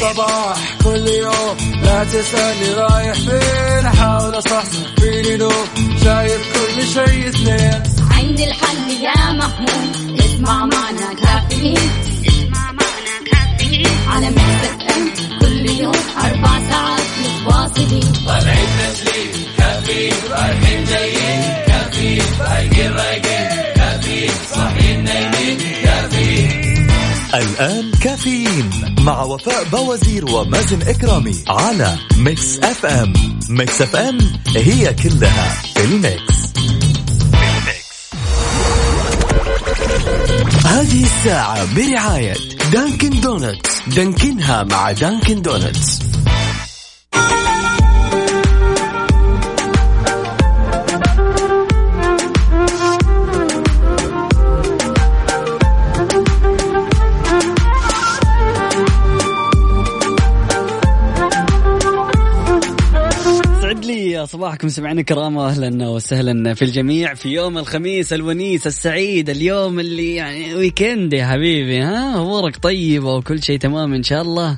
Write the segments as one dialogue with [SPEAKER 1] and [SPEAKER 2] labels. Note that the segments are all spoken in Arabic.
[SPEAKER 1] الصباح كل يوم لا تسألني رايح فين أحاول أصحصح فيني لو شايف كل شيء سنين
[SPEAKER 2] عندي الحل يا محمود اسمع معنا كافيين على مكتب كل يوم 4 ساعات متواصلين طالعين تسليم كافيين رايحين جايين كافيين رايقين كافيين صاحيين نايمين كافيين.
[SPEAKER 3] الآن كافيين مع وفاء بوازير ومازن إكرامي على ميكس اف ام. ميكس اف ام هي كلها الميكس. هذه الساعة برعاية دانكن دونتس. دانكنها مع دانكن دونتس.
[SPEAKER 4] صباحكم سمعنا كرامة، أهلا وسهلا في الجميع في يوم الخميس الونيس السعيد، اليوم اللي يعني ويكند يا حبيبي. أمورك طيبة وكل شيء تمام إن شاء الله.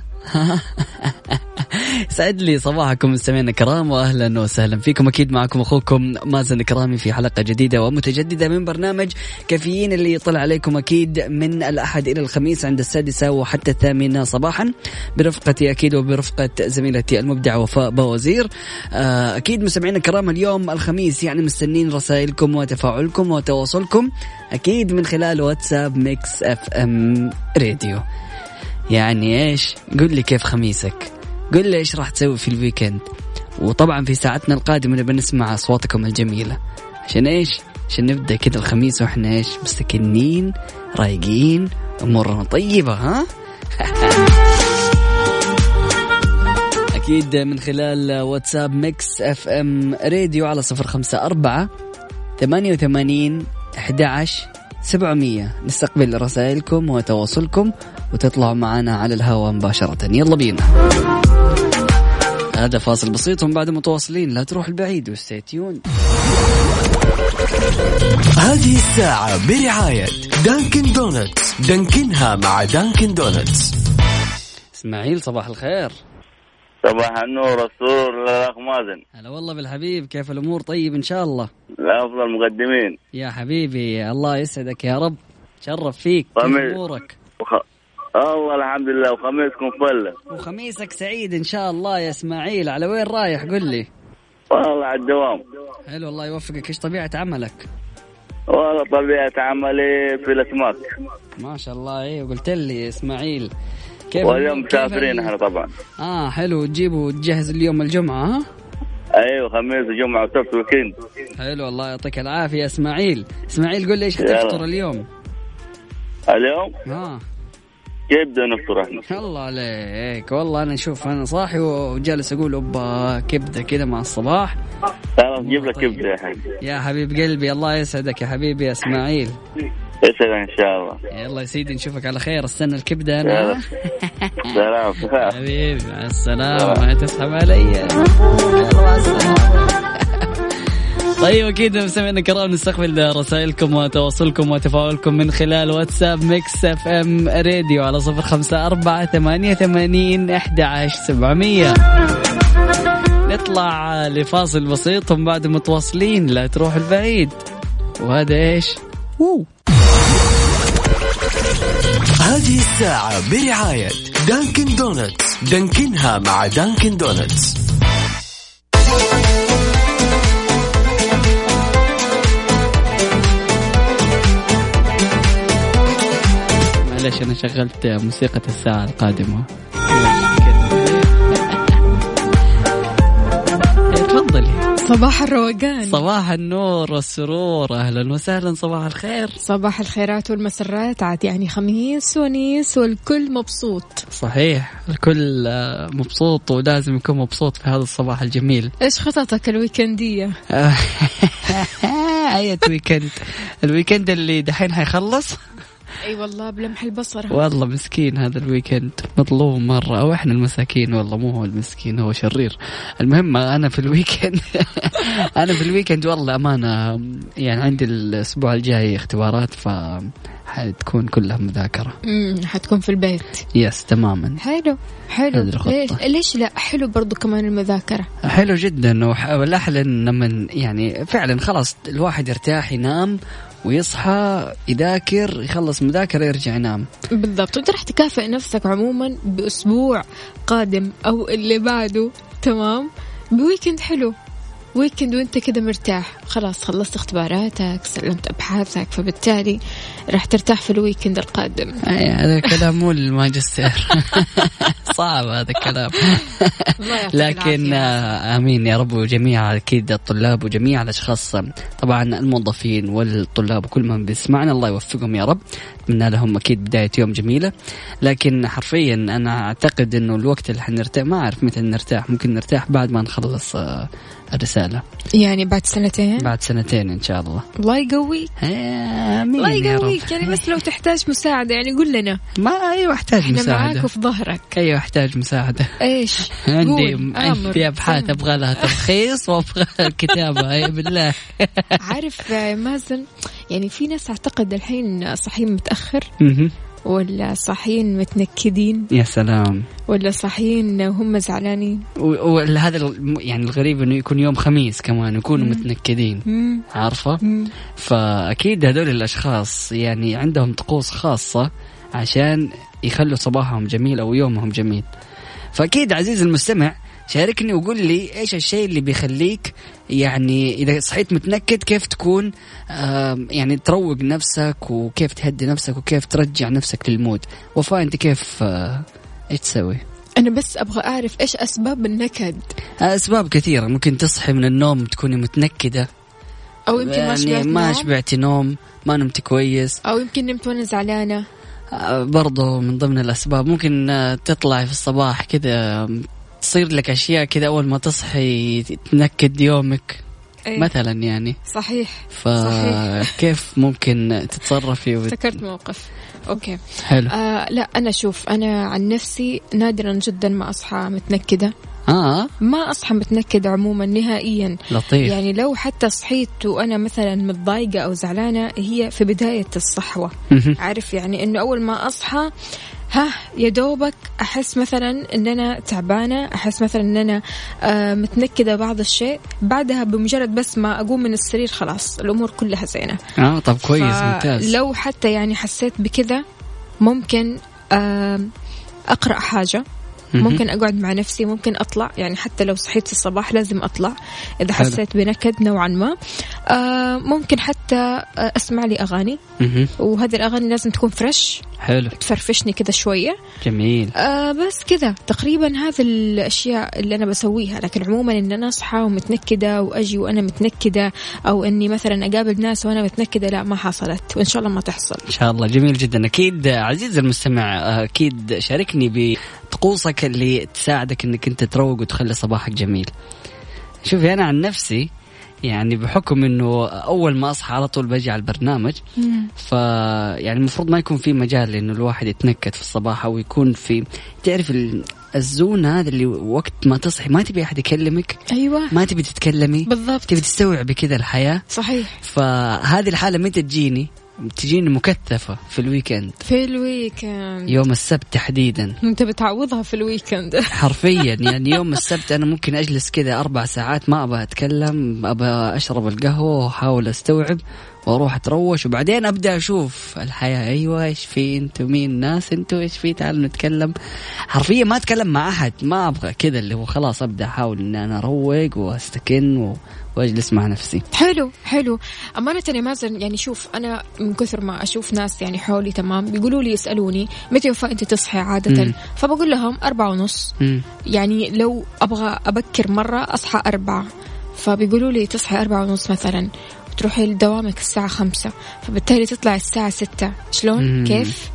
[SPEAKER 4] سعد لي صباحكم مستمعينا الكرام واهلا وسهلا فيكم. اكيد معكم اخوكم مازن كرامي في حلقه جديده ومتجدده من برنامج كافيين اللي يطلع عليكم اكيد من الاحد الى الخميس عند 6 وحتى 8 صباحا برفقتي اكيد وبرفقه زميلتي المبدعه وفاء بوازير. اكيد مستمعينا الكرام اليوم الخميس يعني مستنين رسائلكم وتفاعلكم وتواصلكم اكيد من خلال واتساب ميكس اف ام راديو. يعني ايش؟ قل لي كيف خميسك، قل لي ايش راح تسوي في الويكند. وطبعا في ساعتنا القادمة نبي نسمع أصواتكم الجميلة. عشان ايش؟ عشان نبدأ كده الخميس واحنا ايش؟ مستكنين رايقين أمورنا طيبة. ها أكيد من خلال واتساب ميكس اف ام راديو على 054 88 11 700 نستقبل رسائلكم وتواصلكم وتطلعوا معنا على الهواء مباشرة. يلا بينا، هذا فاصل بسيط ومن بعد متواصلين، لا تروح البعيد وستيتيون.
[SPEAKER 3] هذه الساعة برعاية دانكن دونتس. دانكنها مع دانكن دونتس.
[SPEAKER 4] اسماعيل صباح الخير.
[SPEAKER 5] صباح النور السرور للأخ مازن.
[SPEAKER 4] هلا والله بالحبيب، كيف الأمور؟ طيب إن شاء الله.
[SPEAKER 5] لا أفضل مقدمين
[SPEAKER 4] يا حبيبي، الله يسعدك يا رب، شرف فيك. كيف أمورك؟
[SPEAKER 5] الله الحمد لله، وخميسكم فلة
[SPEAKER 4] وخميسك سعيد إن شاء الله يا إسماعيل. على وين رايح قل لي؟
[SPEAKER 5] والله على الدوام.
[SPEAKER 4] حلو الله يوفقك. إيش طبيعة عملك؟
[SPEAKER 5] والله طبيعة عملي في الأسماك.
[SPEAKER 4] ما شاء الله. إيه قلت لي إسماعيل كيف؟
[SPEAKER 5] واليوم مسافرين احنا طبعا.
[SPEAKER 4] حلو، تجيبوا تجهز اليوم الجمعة. ها
[SPEAKER 5] ايوه خميس وجمعة وسبت ويكند.
[SPEAKER 4] حلو الله يعطيك العافية اسماعيل. اسماعيل قل لي ايش حتفطر اليوم؟
[SPEAKER 5] كيف بدنا نفطر احنا؟
[SPEAKER 4] الله عليك والله. انا شوف انا صاحي وجالس اقول اوبا كبدة كده مع الصباح.
[SPEAKER 5] خلاص جيب لك كبدة يا حبيبي.
[SPEAKER 4] يا حبيب قلبي الله يسعدك يا حبيبي يا اسماعيل.
[SPEAKER 5] يسعدك ان شاء الله.
[SPEAKER 4] يلا يا سيدي نشوفك على خير. استنى الكبدة انا.
[SPEAKER 5] سلام
[SPEAKER 4] حبيبي مع السلامة. ما تسحب علي. طيب أكيد مستمعينا الكرام نستقبل رسائلكم وتواصلكم وتفاعلكم من خلال واتساب ميكس اف ام راديو على 054 88 11 700. نطلع لفاصل بسيط ومن بعد متواصلين، لا تروح البعيد. وهذا ايش؟
[SPEAKER 3] هذه الساعة برعاية دانكن دونتس. دانكنها مع دانكن دونتس.
[SPEAKER 4] معلش أنا شغلت موسيقى الساعة القادمة. تفضلي.
[SPEAKER 6] صباح الروقان،
[SPEAKER 4] صباح النور والسرور، أهلا وسهلا، صباح الخير.
[SPEAKER 6] صباح الخيرات والمسرات. عاد يعني خميس ونيس والكل مبسوط.
[SPEAKER 4] صحيح الكل مبسوط ولازم يكون مبسوط في هذا الصباح الجميل.
[SPEAKER 6] إيش خططك الويكندية؟
[SPEAKER 4] أي ويكند؟ الويكند اللي دحين حيخلص.
[SPEAKER 6] اي والله بلمح البصر.
[SPEAKER 4] والله مسكين هذا الويكند، مظلوم مرة. او احنا المساكين، والله مو هو المسكين، هو شرير. المهم انا في الويكند انا في الويكند والله امانة يعني عندي الاسبوع الجاي اختبارات، حتكون كلها مذاكرة.
[SPEAKER 6] حتكون في البيت.
[SPEAKER 4] يس تماما.
[SPEAKER 6] حلو ليش لا؟ حلو برضو كمان المذاكرة، حلو
[SPEAKER 4] جدا. والأحلى لما يعني فعلا خلاص الواحد يرتاح ينام ويصحى يذاكر، يخلص مذاكرة يرجع ينام.
[SPEAKER 6] بالضبط. وانت راح تكافئ نفسك عموما بأسبوع قادم أو اللي بعده، تمام، بويكند حلو، ويكند وانت كده مرتاح، خلاص خلصت اختباراتك، سلمت أبحاثك، فبالتالي راح ترتاح في الويكند القادم.
[SPEAKER 4] هذا كلام مو الماجستير. صعب هذا الكلام. لكن آمين يا رب. وجميع أكيد الطلاب وجميع الأشخاص طبعا الموظفين والطلاب وكل من بيسمعنا الله يوفقهم يا رب. أتمنى لهم أكيد بداية يوم جميلة. لكن حرفيا أنا أعتقد إنه الوقت اللي حنرتاح ما أعرف متى نرتاح، ممكن نرتاح بعد ما نخلص الرسالة،
[SPEAKER 6] يعني بعد سنتين.
[SPEAKER 4] بعد سنتين إن شاء الله.
[SPEAKER 6] الله يقويك.
[SPEAKER 4] الله
[SPEAKER 6] يقويك. يعني بس لو تحتاج مساعدة يعني قل لنا.
[SPEAKER 4] ما أيوة أحتاج مساعدة.
[SPEAKER 6] إحنا معاك وفي ظهرك.
[SPEAKER 4] أيوة أحتاج مساعدة.
[SPEAKER 6] إيش؟
[SPEAKER 4] عندي أبحاث أبغى لها تلخيص وأبغى كتابة. أي بالله. عارف
[SPEAKER 6] مازن، يعني في ناس أعتقد الحين صاحيين متأخر ولا صاحيين متنكدين.
[SPEAKER 4] يا سلام.
[SPEAKER 6] ولا صاحيين وهم زعلانين.
[SPEAKER 4] وهذا يعني الغريب إنه يكون يوم خميس كمان يكونوا متنكدين. عارفة. فأكيد هذول الأشخاص يعني عندهم طقوس خاصة عشان يخلوا صباحهم جميل أو يومهم جميل. فأكيد عزيز المستمع شاركني وقول لي إيش الشيء اللي بيخليك يعني إذا صحيت متنكد كيف تكون يعني تروق نفسك وكيف تهدي نفسك وكيف ترجع نفسك للمود. وفاء أنت كيف إيش تسوي؟
[SPEAKER 6] أنا بس أبغى أعرف إيش أسباب النكد.
[SPEAKER 4] أسباب كثيرة. ممكن تصحي من النوم تكوني متنكدة،
[SPEAKER 6] أو يمكن
[SPEAKER 4] يعني ما شبعتي نوم، ما نمت كويس،
[SPEAKER 6] أو يمكن نمت وأنا زعلانة.
[SPEAKER 4] برضو من ضمن الأسباب. ممكن تطلعي في الصباح كذا تصير لك أشياء كذا أول ما تصحي تنكد يومك. أيه. مثلا يعني.
[SPEAKER 6] صحيح.
[SPEAKER 4] فكيف ممكن تتصرفي
[SPEAKER 6] افتكرت موقف. أوكي
[SPEAKER 4] حلو.
[SPEAKER 6] لا أنا شوف، أنا عن نفسي نادرا جدا ما أصحى متنكدة. ما أصحى متنكدة عموما نهائيا.
[SPEAKER 4] لطيف.
[SPEAKER 6] يعني لو حتى صحيت وأنا مثلا متضايقة أو زعلانة هي في بداية الصحوة. عارف يعني إنه أول ما أصحى يا دوبك أحس مثلا إن أنا تعبانة، أحس مثلا إن أنا متنكدة بعض الشيء، بعدها بمجرد بس ما أقوم من السرير خلاص الأمور كلها زينة.
[SPEAKER 4] طب كويس ممتاز.
[SPEAKER 6] لو حتى يعني حسيت بكذا ممكن أقرأ حاجة، ممكن أقعد مع نفسي، ممكن أطلع، يعني حتى لو صحيت في الصباح لازم أطلع إذا حسيت بنكد نوعا ما. ممكن حتى أسمع لي أغاني، وهذه الأغاني لازم تكون فريش،
[SPEAKER 4] حلو،
[SPEAKER 6] تفرفشني كده شوية.
[SPEAKER 4] جميل.
[SPEAKER 6] بس كده تقريبا هذا الأشياء اللي أنا بسويها. لكن عموما إن أنا أصحى ومتنكدة وأجي وأنا متنكدة، أو إني مثلا أقابل ناس وأنا متنكدة، لا ما حصلت، وإن شاء الله ما تحصل
[SPEAKER 4] إن شاء الله. جميل جدا. أكيد عزيز المستمع أكيد شاركني بطقوسك اللي تساعدك إنك أنت تروق وتخلي صباحك جميل. شوفي أنا عن نفسي يعني بحكم إنه أول ما أصحى على طول بجي على البرنامج، يعني المفروض ما يكون في مجال إنه الواحد يتنكد في الصباح أو يكون في، تعرف الزون هذا اللي وقت ما تصحي ما تبي أحد يكلمك.
[SPEAKER 6] أيوة.
[SPEAKER 4] ما تبي تتكلمي
[SPEAKER 6] بالضبط،
[SPEAKER 4] تبي تستوعبي كده الحياة.
[SPEAKER 6] صحيح.
[SPEAKER 4] فهذه الحالة متى تجيني مكثفة في الويكند. يوم السبت تحديدا.
[SPEAKER 6] انت بتعوضها في الويكند.
[SPEAKER 4] حرفيا يعني يوم السبت أنا ممكن أجلس كذا 4 ساعات ما أبغى أتكلم، أبغى أشرب القهوة وأحاول أستوعب وأروح أتروش، وبعدين أبدأ أشوف الحياة. أيوة إيش في أنتوا، مين ناس أنتوا، إيش في، تعالوا نتكلم. حرفيا ما أتكلم مع أحد، ما أبغى كذا، اللي هو خلاص أبدأ أحاول إن أنا أروق وأستكن واجلس مع نفسي.
[SPEAKER 6] حلو أمانة يا مازن. يعني شوف أنا من كثر ما أشوف ناس يعني حولي تمام بيقولوا لي، يسألوني متى وفاء أنت تصحي عادة؟ فبقول لهم 4:30. يعني لو أبغى أبكر مرة أصحى 4، فبيقولوا لي تصحي 4:30 مثلا، تروحي لدوامك الساعة 5، فبالتالي تطلع الساعة 6. شلون؟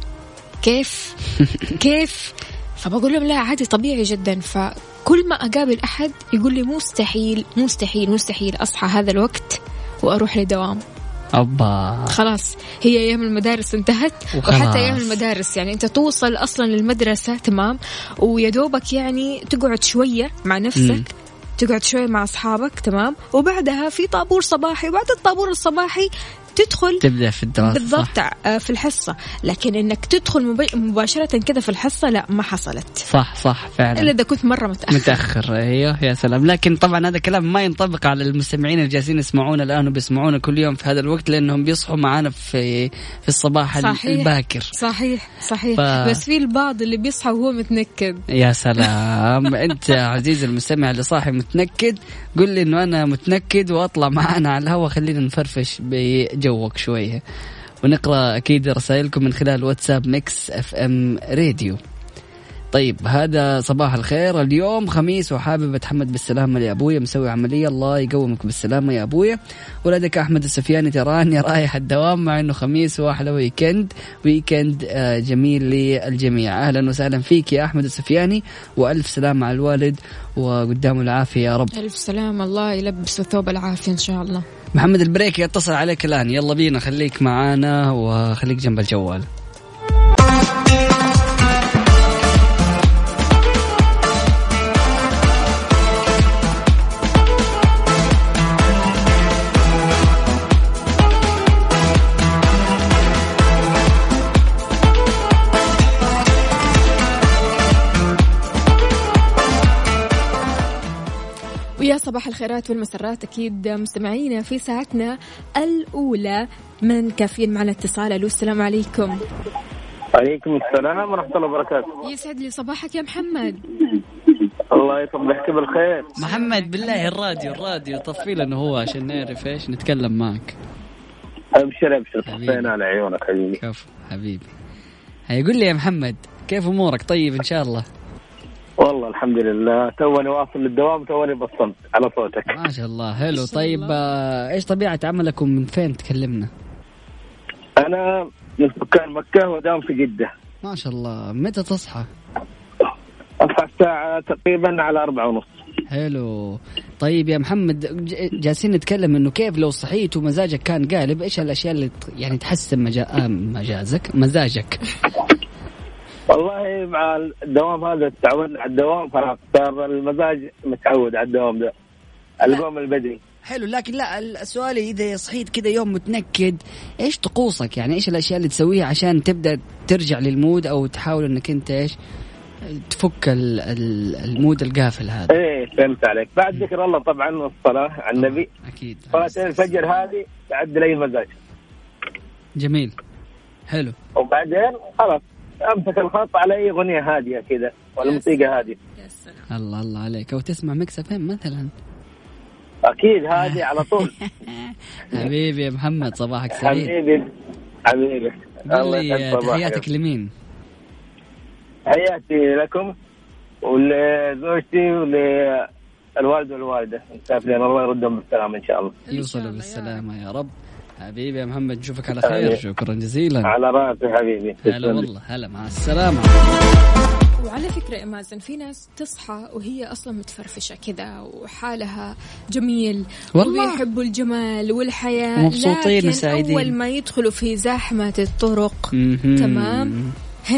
[SPEAKER 6] كيف؟ فبقول لهم لا عادي طبيعي جدا. فكل ما أقابل أحد يقول لي مستحيل أصحى هذا الوقت وأروح لدوام. خلاص هي أيام المدارس انتهت وخلاص. وحتى أيام المدارس يعني أنت توصل أصلا للمدرسة تمام، ويدوبك يعني تقعد شوية مع نفسك، تقعد شوية مع أصحابك تمام، وبعدها في طابور صباحي، وبعد الطابور الصباحي تدخل
[SPEAKER 4] تبدأ في الدراسة
[SPEAKER 6] بالضبط في الحصة، لكن إنك تدخل مباشرة كذا في الحصة لا ما حصلت.
[SPEAKER 4] صح فعلا،
[SPEAKER 6] إلا إذا كنت مرة متأخر.
[SPEAKER 4] أيوه يا سلام. لكن طبعا هذا كلام ما ينطبق على المستمعين اللي جالسين يسمعونا الآن وبيسمعونا كل يوم في هذا الوقت، لأنهم بيصحوا معانا في الصباح الباكر.
[SPEAKER 6] صحيح بس في البعض اللي بيصحى وهو متنكد.
[SPEAKER 4] يا سلام. أنت عزيز المستمع اللي صاحي متنكد قل لي إنه أنا متنكد وأطلع معنا على الهواء، خلينا نفرفش بجوك شوية ونقرأ أكيد رسائلكم من خلال واتساب ميكس اف ام راديو. طيب هذا صباح الخير، اليوم خميس وحابب أتحمد بالسلامة لأبويا مسوي عملية، الله يقومك بالسلامة يا أبويا. ولدك أحمد السفياني تراني رايح الدوام مع أنه خميس وأحلى ويكند جميل للجميع. أهلا وسهلا فيك يا أحمد السفياني، وألف سلامة على الوالد وقدامه العافية يا رب.
[SPEAKER 6] ألف سلامة، الله يلبس ثوب العافية إن شاء الله.
[SPEAKER 4] محمد البريكي يتصل عليك الآن، يلا بينا خليك معانا وخليك جنب الجوال.
[SPEAKER 6] ويا صباح الخيرات والمسرات أكيد مستمعينا في ساعتنا الأولى من كافيين. معنا اتصال. ألو السلام عليكم.
[SPEAKER 5] عليكم السلام ورحمة الله وبركاته.
[SPEAKER 6] يسعد لي صباحك يا محمد.
[SPEAKER 5] الله يصبحك بالخير.
[SPEAKER 4] محمد بالله الراديو طفي لنا هو عشان نعرف ايش نتكلم معك.
[SPEAKER 5] أبشر طفينا على عيونك حبيبي.
[SPEAKER 4] كفو حبيبي. هيقول لي يا محمد كيف أمورك؟ طيب إن شاء الله.
[SPEAKER 5] والله الحمد لله، توني واصل للدوام، توني بصمت على صوتك.
[SPEAKER 4] ما شاء الله حلو. طيب ايش طبيعة عملكم؟ من فين تكلمنا؟
[SPEAKER 5] أنا من سكان مكة ودام في جدة.
[SPEAKER 4] ما شاء الله. متى تصحى؟
[SPEAKER 5] أصحى الساعة تقريبا على 4:30.
[SPEAKER 4] حلو. طيب يا محمد جالسين نتكلم إنه كيف لو صحيت ومزاجك كان قالب، إيش الأشياء اللي يعني تحسن مزاجك؟
[SPEAKER 5] والله مع الدوام هذا تعودنا على الدوام، خلاص صار المزاج متعود على الدوام ده، القوم البدري.
[SPEAKER 4] حلو. لكن لا، السؤال إذا صحيت كده يوم متنكد إيش طقوسك؟ يعني إيش الأشياء اللي تسويها عشان تبدأ ترجع للمود أو تحاول إنك أنت إيش تفك المود القافل هذا؟
[SPEAKER 5] إيه فهمت عليك. بعد ذكر الله طبعا والصلاة على النبي.
[SPEAKER 4] أكيد.
[SPEAKER 5] صلاة الفجر هذه تعدل أي مزاج.
[SPEAKER 4] جميل. حلو.
[SPEAKER 5] وبعدين خلاص أمسك الخط على أي أغنية هادية كذا ولا موسيقى هادية.
[SPEAKER 4] الله عليك. أو تسمع ميكس اف ام مثلا.
[SPEAKER 5] أكيد هادي على طول.
[SPEAKER 4] حبيبي يا محمد صباحك سعيد.
[SPEAKER 5] حبيبي
[SPEAKER 4] قل لي تحياتك لمين؟
[SPEAKER 5] حياتي لكم ولزوجتي وللوالد والوالدة مسافرين، الله يردهم بالسلامة إن شاء الله.
[SPEAKER 4] يوصلوا بالسلامة يا رب. حبيبي يا محمد نشوفك على خير. شكرا جزيلا.
[SPEAKER 5] على راسي حبيبي.
[SPEAKER 4] هلا والله. هلا مع السلامة.
[SPEAKER 6] وعلى فكرة يا مازن في ناس تصحى وهي أصلا متفرفشة كذا وحالها جميل ويحبوا الجمال والحياة،
[SPEAKER 4] مبسوطين وسعيدين.
[SPEAKER 6] أول ما يدخلوا في زحمة الطرق تمام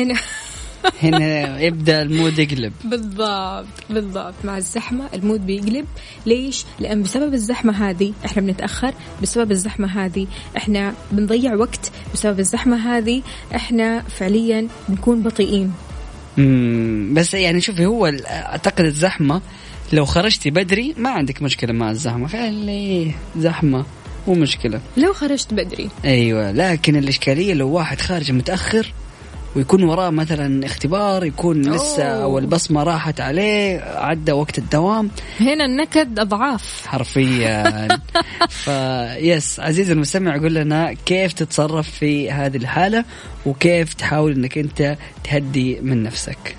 [SPEAKER 6] هنا
[SPEAKER 4] يبدأ المود يقلب.
[SPEAKER 6] بالضبط مع الزحمة المود بيقلب. ليش؟ لأن بسبب الزحمة هذه إحنا بنتأخر، بسبب الزحمة هذه إحنا بنضيع وقت، بسبب الزحمة هذه إحنا فعليا بنكون بطيئين.
[SPEAKER 4] بس يعني شوفي، هو أعتقد الزحمة لو خرجتي بدري ما عندك مشكلة مع الزحمة، خلي زحمة مو مشكلة
[SPEAKER 6] لو خرجت بدري.
[SPEAKER 4] أيوة. لكن الإشكالية لو واحد خارج متأخر ويكون وراه مثلا اختبار، يكون لسه أو البصمة راحت عليه، عدى وقت الدوام،
[SPEAKER 6] هنا النكد أضعاف
[SPEAKER 4] حرفيا. فيس عزيزي المستمع قول لنا كيف تتصرف في هذه الحالة وكيف تحاول انك انت تهدي من نفسك.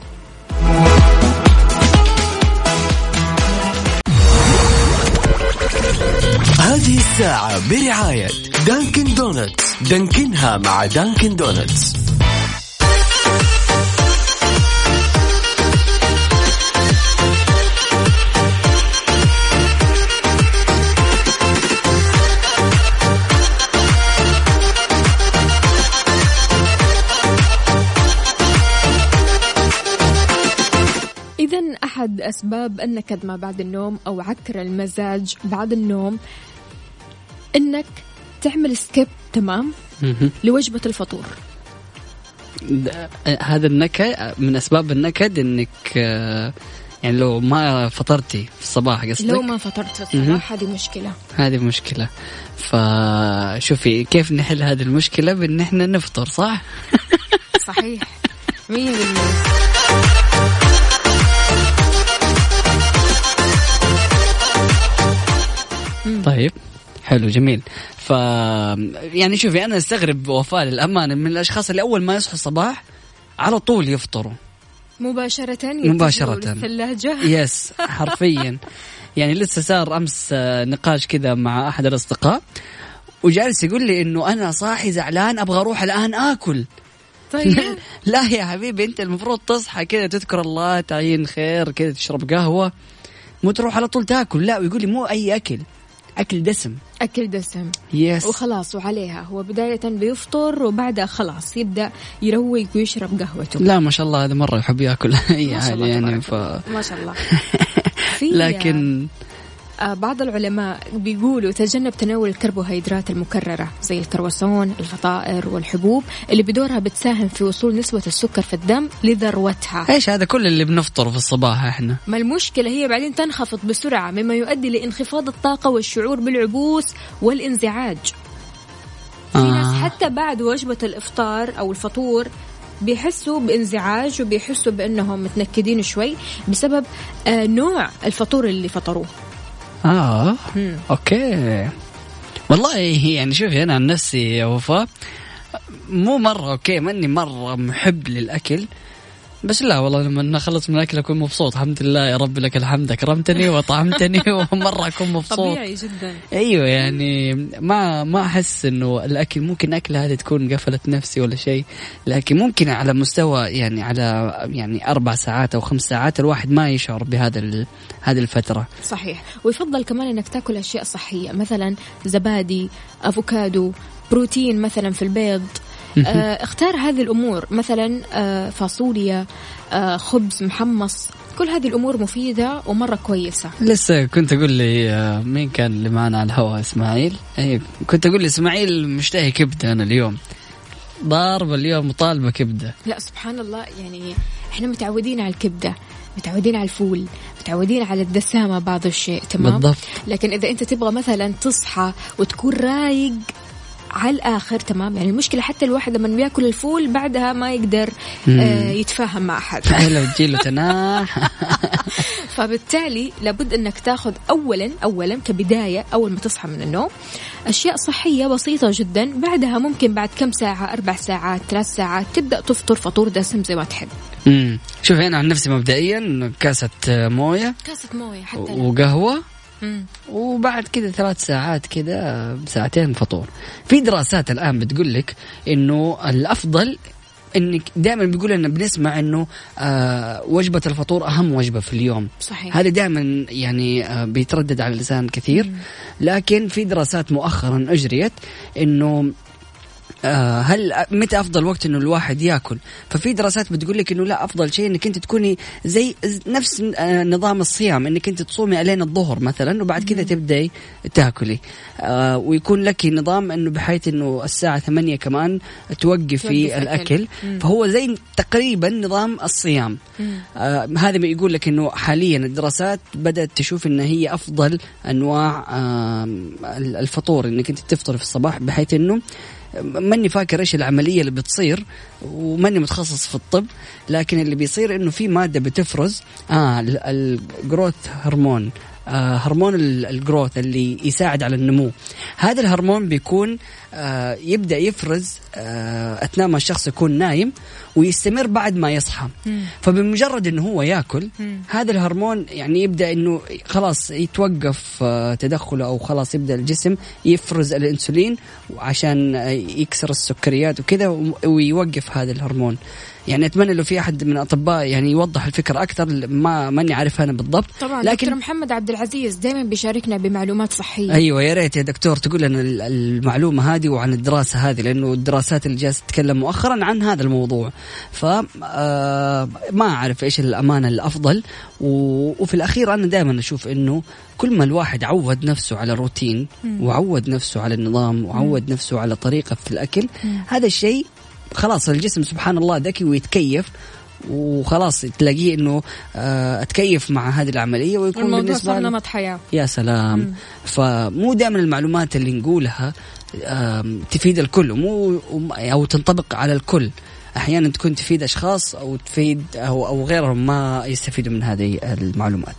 [SPEAKER 3] هذه الساعة برعاية دانكن دونتس، دانكنها مع دانكن دونتس.
[SPEAKER 6] أحد أسباب النكد ما بعد النوم أو عكر المزاج بعد النوم إنك تعمل سكيب تمام لوجبة الفطور.
[SPEAKER 4] هذا النكد من أسباب النكد إنك يعني لو ما فطرتي في الصباح قصدك؟
[SPEAKER 6] لو ما فطرت في الصباح هذه مشكلة. هذه
[SPEAKER 4] مشكلة. فشوفي كيف نحل هذه المشكلة بإن إحنا نفطر صح؟
[SPEAKER 6] صحيح 100%.
[SPEAKER 4] طيب حلو جميل. يعني شوفي أنا استغرب وفاء للأمانة من الأشخاص اللي أول ما يصحوا الصباح على طول يفطروا
[SPEAKER 6] مباشرة
[SPEAKER 4] الثلاجة. يس حرفيا. يعني لسه صار أمس نقاش كذا مع أحد الأصدقاء وجالس يقول لي إنه أنا صاحي زعلان أبغى أروح الآن آكل.
[SPEAKER 6] طيب
[SPEAKER 4] لا يا حبيبي أنت المفروض تصحى كذا تذكر الله تعين خير كذا تشرب قهوة مو تروح على طول تاكل. لا ويقول لي مو أي أكل دسم.
[SPEAKER 6] يس. وخلاص وعليها هو بداية بيفطر وبعدها خلاص يبدأ يروق ويشرب قهوته.
[SPEAKER 4] لا ما شاء الله هذا مرة يحب يأكل أي حاجة يعني
[SPEAKER 6] ما شاء الله.
[SPEAKER 4] لكن
[SPEAKER 6] بعض العلماء بيقولوا تجنب تناول الكربوهيدرات المكررة زي الكرواسون الفطائر والحبوب اللي بدورها بتساهم في وصول نسبة السكر في الدم لذروتها.
[SPEAKER 4] ايش هذا كل اللي بنفطر في الصباح احنا؟
[SPEAKER 6] ما المشكلة هي بعدين تنخفض بسرعة مما يؤدي لانخفاض الطاقة والشعور بالعبوس والانزعاج. في ناس حتى بعد وجبة الإفطار أو الفطور بيحسوا بانزعاج وبيحسوا بأنهم متنكدين شوي بسبب نوع الفطور اللي فطروه.
[SPEAKER 4] أوكي والله يعني شوفي أنا عن نفسي يا وفاء مو مرة أوكي ماني مرة محب للأكل بس لا والله لما أخلص من الأكل أكون مبسوط الحمد لله يا رب لك الحمد أكرمتني وطعمتني ومرة أكون مبسوط.
[SPEAKER 6] طبيعي جدا.
[SPEAKER 4] أيوة يعني ما أحس إنه الأكل ممكن أكلة هذه تكون قفلت نفسي ولا شيء لكن ممكن على مستوى يعني على يعني 4 ساعات أو 5 ساعات الواحد ما يشعر هذه الفترة.
[SPEAKER 6] صحيح. ويفضل كمان إنك تأكل أشياء صحية مثلا زبادي أفوكادو بروتين مثلا في البيض. اختار هذه الأمور مثلا فاصوليا خبز محمص كل هذه الأمور مفيدة ومرة كويسة.
[SPEAKER 4] لسه كنت أقول لي مين كان اللي معنا على الهواء إسماعيل كنت أقول لي إسماعيل مشتهي كبدة أنا اليوم ضارب اليوم مطالبة كبدة.
[SPEAKER 6] لا سبحان الله يعني إحنا متعودين على الكبدة متعودين على الفول متعودين على الدسامة بعض الشيء تمام
[SPEAKER 4] بالضبط.
[SPEAKER 6] لكن إذا أنت تبغى مثلا تصحى وتكون رايق على الآخر تمام يعني المشكلة حتى الواحد لما بياكل الفول بعدها ما يقدر يتفاهم مع أحد
[SPEAKER 4] لو تجيله تناح.
[SPEAKER 6] فبالتالي لابد أنك تاخذ أولا كبداية أول ما تصحى من النوم أشياء صحية بسيطة جدا بعدها ممكن بعد كم ساعة 4 ساعات 3 ساعات تبدأ تفطر فطور دسم زي ما تحب.
[SPEAKER 4] شوف أنا عن نفسي مبدئيا كاسة موية
[SPEAKER 6] حتى
[SPEAKER 4] وقهوة وبعد كده 3 ساعات كده بساعتين فطور. في دراسات الآن بتقول لك إنه الأفضل إنك دائما بيقول إن بنسمع إنه وجبة الفطور أهم وجبة في اليوم.
[SPEAKER 6] صحيح.
[SPEAKER 4] هذا دائما يعني بيتردد على اللسان كثير لكن في دراسات مؤخرا أجريت إنه هل متى أفضل وقت إنه الواحد يأكل؟ ففي دراسات بتقول لك إنه لا أفضل شيء إنك أنت تكوني زي نفس نظام الصيام إنك أنت تصومي علينا الظهر مثلا وبعد كذا تبدأي تأكلي ويكون لك نظام إنه بحيث إنه الساعة 8 كمان توقفي الأكل فهو زي تقريبا نظام الصيام. هذا ما يقول لك إنه حاليا الدراسات بدأت تشوف إن هي أفضل أنواع الفطور إنك أنت تفطر في الصباح بحيث إنه ماني فاكر إيش العملية اللي بتصير وماني متخصص في الطب لكن اللي بيصير إنه في مادة بتفرز الجروث هرمون هرمون الجروث اللي يساعد على النمو. هذا الهرمون بيكون يبدأ يفرز أثناء ما الشخص يكون نايم ويستمر بعد ما يصحى. فبمجرد إنه هو يأكل هذا الهرمون يعني يبدأ إنه خلاص يتوقف تدخله أو خلاص يبدأ الجسم يفرز الأنسولين عشان يكسر السكريات وكذا ويوقف هذا الهرمون. يعني أتمنى لو في أحد من الأطباء يعني يوضح الفكرة أكثر ماني عارف أنا بالضبط.
[SPEAKER 6] طبعا لكن دكتور محمد عبد العزيز دائما بيشاركنا بمعلومات صحية.
[SPEAKER 4] أيوة يا ريت يا دكتور تقول لنا المعلومة هذه هذه وعن الدراسة هذه، لأنه الدراسات اللي جالسة تتكلم مؤخرا عن هذا الموضوع، فما أعرف إيش الأمانة الأفضل. وفي الأخير أنا دائما أشوف إنه كل ما الواحد عود نفسه على الروتين وعود نفسه على النظام وعود نفسه على طريقة في الأكل، هذا الشيء خلاص الجسم سبحان الله ذكي ويتكيف، وخلاص تلاقيه انه اتكيف مع هذه العمليه ويكون بالنسبه
[SPEAKER 6] له نمط حياه.
[SPEAKER 4] يا سلام. فمو دائما المعلومات اللي نقولها تفيد الكل او تنطبق على الكل، احيانا تكون تفيد اشخاص او تفيد او غيرهم ما يستفيدوا من هذه المعلومات.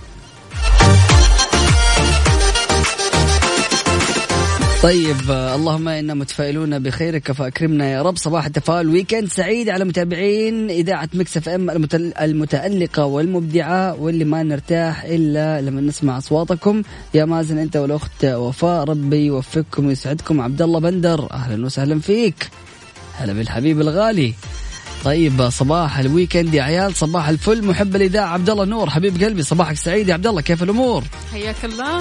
[SPEAKER 4] طيب اللهم إنا متفائلون بخيرك فأكرمنا يا رب. صباح التفاؤل، ويكند سعيد على متابعين إذاعة ميكس اف ام المتألقة والمبدعة، واللي ما نرتاح إلا لما نسمع أصواتكم. يا مازن أنت والأخت وفاء، ربي يوفقكم ويسعدكم. عبد الله بندر أهلا وسهلا فيك، هلا بالحبيب الغالي. طيب صباح الويكند يا عيال، صباح الفل. محب الإذاعة عبد الله نور حبيب قلبي، صباحك سعيد يا عبد الله، كيف الأمور؟
[SPEAKER 6] حياك الله.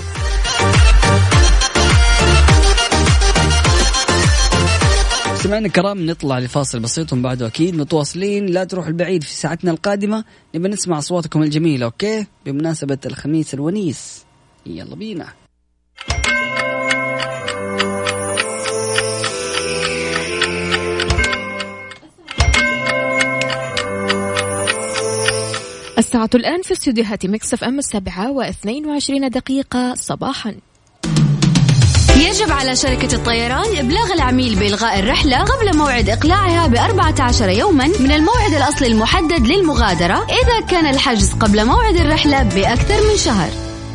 [SPEAKER 4] سمعنا كرام، نطلع لفاصل بسيط وبعده أكيد متواصلين، لا تروح البعيد. في ساعتنا القادمة نبي نسمع أصواتكم الجميلة، أوكي؟ بمناسبة الخميس الونيس، يلا بينا.
[SPEAKER 6] الساعة الآن في استديوهات ميكس اف ام 7:22 صباحا.
[SPEAKER 2] يجب على شركة الطيران إبلاغ العميل بإلغاء الرحلة قبل موعد إقلاعها ب14 يوما من الموعد الأصلي المحدد للمغادرة، إذا كان الحجز قبل موعد الرحلة بأكثر من شهر.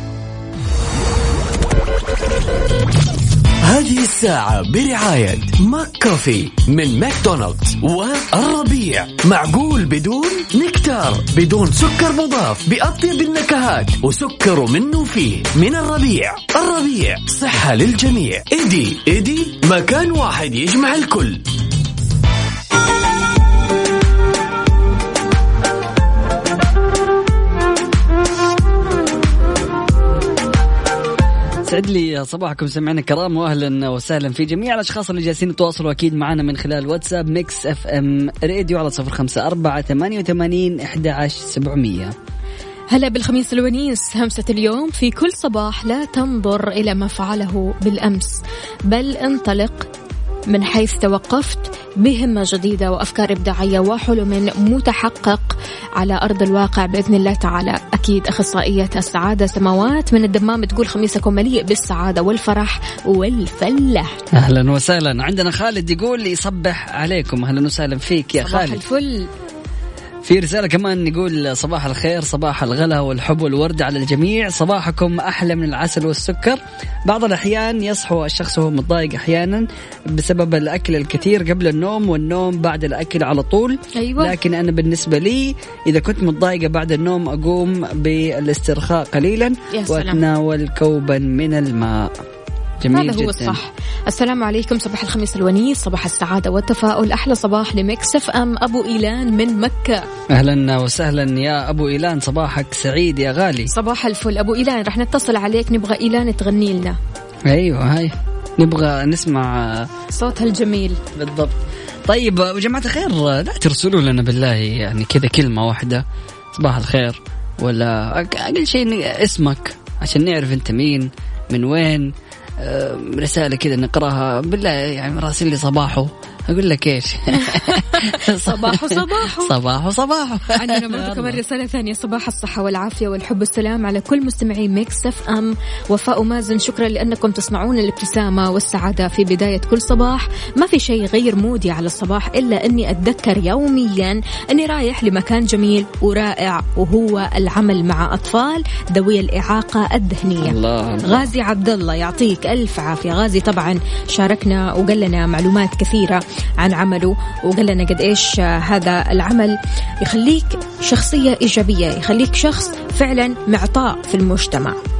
[SPEAKER 3] هذه الساعة برعاية ماك كوفي من ماكدونالدز والربيع، معقول بدون نكتار، بدون سكر مضاف، بأطيب النكهات وسكر منه فيه. من الربيع، الربيع صحة للجميع. إيدي مكان واحد يجمع الكل.
[SPEAKER 4] سعد لي صباحكم سمعنا كرام، واهلا وسهلا في جميع الاشخاص اللي جالسين يتواصلوا اكيد معنا من خلال واتساب ميكس اف ام راديو على 0548811700.
[SPEAKER 6] هلا بالخميس الونيس، همسة اليوم في كل صباح لا تنظر إلى ما فعله بالأمس، بل انطلق من حيث توقفت بهمة جديدة وأفكار إبداعية وحلم متحقق على أرض الواقع بإذن الله تعالى. أكيد أخصائية السعادة سماوات من الدمام تقول خميسكم مليء بالسعادة والفرح والفلاح.
[SPEAKER 4] أهلا وسهلا. عندنا خالد يقول يصبح عليكم، أهلا وسهلا فيك يا خالد.
[SPEAKER 6] صباح الفل.
[SPEAKER 4] في رسالة كمان يقول صباح الخير، صباح الغلا والحب والورد على الجميع، صباحكم أحلى من العسل والسكر. بعض الأحيان يصحو الشخص وهو متضايق أحيانا بسبب الأكل الكثير قبل النوم والنوم بعد الأكل على طول.
[SPEAKER 6] أيوة.
[SPEAKER 4] لكن أنا بالنسبة لي إذا كنت متضايقة بعد النوم أقوم بالاسترخاء قليلا وأتناول كوبا من الماء. جميل
[SPEAKER 6] هذا هو الصح. السلام عليكم، صباح الخميس الونيس، صباح السعادة والتفاؤل، أحلى صباح لميكس اف ام. أبو إيلان من مكة،
[SPEAKER 4] أهلا وسهلا يا أبو إيلان، صباحك سعيد يا غالي.
[SPEAKER 6] صباح الفل أبو إيلان، رح نتصل عليك، نبغى إيلان تغني لنا.
[SPEAKER 4] أيوة هاي نبغى نسمع صوتها
[SPEAKER 6] الجميل
[SPEAKER 4] بالضبط. طيب يا جماعة الخير، لا ترسلوا لنا بالله يعني كذا كلمة واحدة صباح الخير، ولا أقل شيء اسمك عشان نعرف أنت مين من وين. رسالة كذا نقراها بالله، يعني راسل لي صباحه أقول لك إيش صباحه.
[SPEAKER 6] عندنا برضو كمان رسالة ثانية، صباح الصحة والعافية والحب والسلام على كل مستمعي ميكس اف ام. وفاء ومازن، شكرا لأنكم تصنعون الابتسامة والسعادة في بداية كل صباح. ما في شيء غير مودي على الصباح إلا أني أتذكر يوميا أني رايح لمكان جميل ورائع، وهو العمل مع أطفال ذوي الإعاقة الذهنية.
[SPEAKER 4] الله.
[SPEAKER 6] غازي عبد الله يعطيك ألف عافية. غازي طبعا شاركنا وقال لنا معلومات كثيرة عن عمله، وقال لنا قد إيش هذا العمل يخليك شخصية إيجابية، يخليك شخص فعلا معطاء في المجتمع.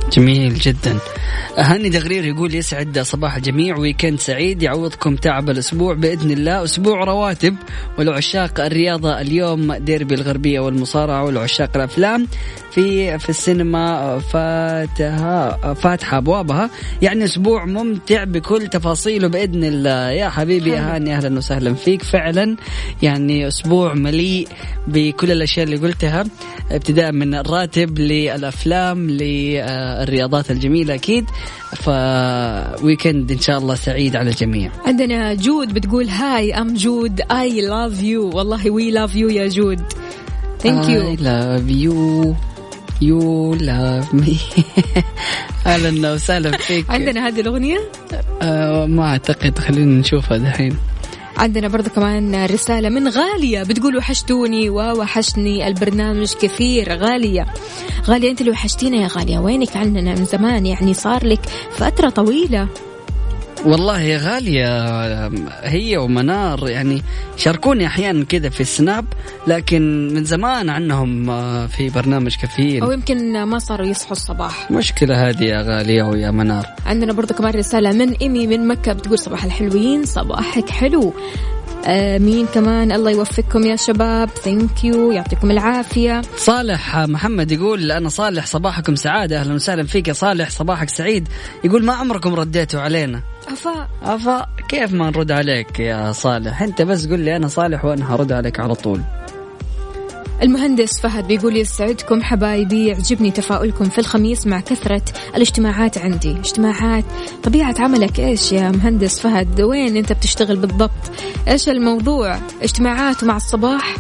[SPEAKER 4] جميل جدا. هاني دغرير يقول يسعد صباح الجميع، ويكند سعيد يعوضكم تعب الأسبوع بإذن الله، أسبوع رواتب. ولعشاق الرياضة اليوم ديربي الغربية والمصارعة، ولعشاق الأفلام في السينما فاتحة أبوابها، يعني أسبوع ممتع بكل تفاصيله بإذن الله. يا حبيبي يا هاني أهلا وسهلا فيك. فعلا يعني أسبوع مليء بكل الأشياء اللي قلتها، ابتداء من الراتب للأفلام للرياضات الجميلة أكيد. فويكند إن شاء الله سعيد على الجميع.
[SPEAKER 6] عندنا جود بتقول هاي أم جود I love you. والله we love you يا جود. Thank you.
[SPEAKER 4] I love you. You love me. أهلا وسهلا فيك.
[SPEAKER 6] عندنا هذه الأغنية
[SPEAKER 4] ما أعتقد، خلينا نشوفها دحين.
[SPEAKER 6] عندنا برضو كمان رسالة من غالية بتقول وحشتوني ووحشني البرنامج كثير. غالية أنت اللي وحشتينا يا غالية، وينك عننا من زمان؟ يعني صار لك فترة طويلة.
[SPEAKER 4] والله يا غالية هي ومنار يعني شاركوني أحيانا كذا في السناب، لكن من زمان عنهم في برنامج كفيل،
[SPEAKER 6] أو يمكن ما صاروا يصحوا الصباح.
[SPEAKER 4] مشكلة هذه يا غالية ويا منار.
[SPEAKER 6] عندنا برضو كمان رسالة من إيمي من مكة بتقول صباح الحلوين، صباحك حلو. مين كمان؟ الله يوفقكم يا شباب. ثانك يو، يعطيكم العافية.
[SPEAKER 4] صالح محمد يقول أنا صالح صباحكم سعادة. أهلا وسهلا فيك يا صالح، صباحك سعيد. يقول ما عمركم رديتوا علينا. أفا كيف ما نرد عليك يا صالح؟ أنت بس قل لي أنا صالح وأنا هرد عليك على طول.
[SPEAKER 6] المهندس فهد بيقول يسعدكم حبايبي، يعجبني تفاؤلكم في الخميس مع كثرة الاجتماعات عندي. اجتماعات، طبيعة عملك إيش يا مهندس فهد؟ وين أنت بتشتغل بالضبط؟ إيش الموضوع؟ اجتماعات مع الصباح؟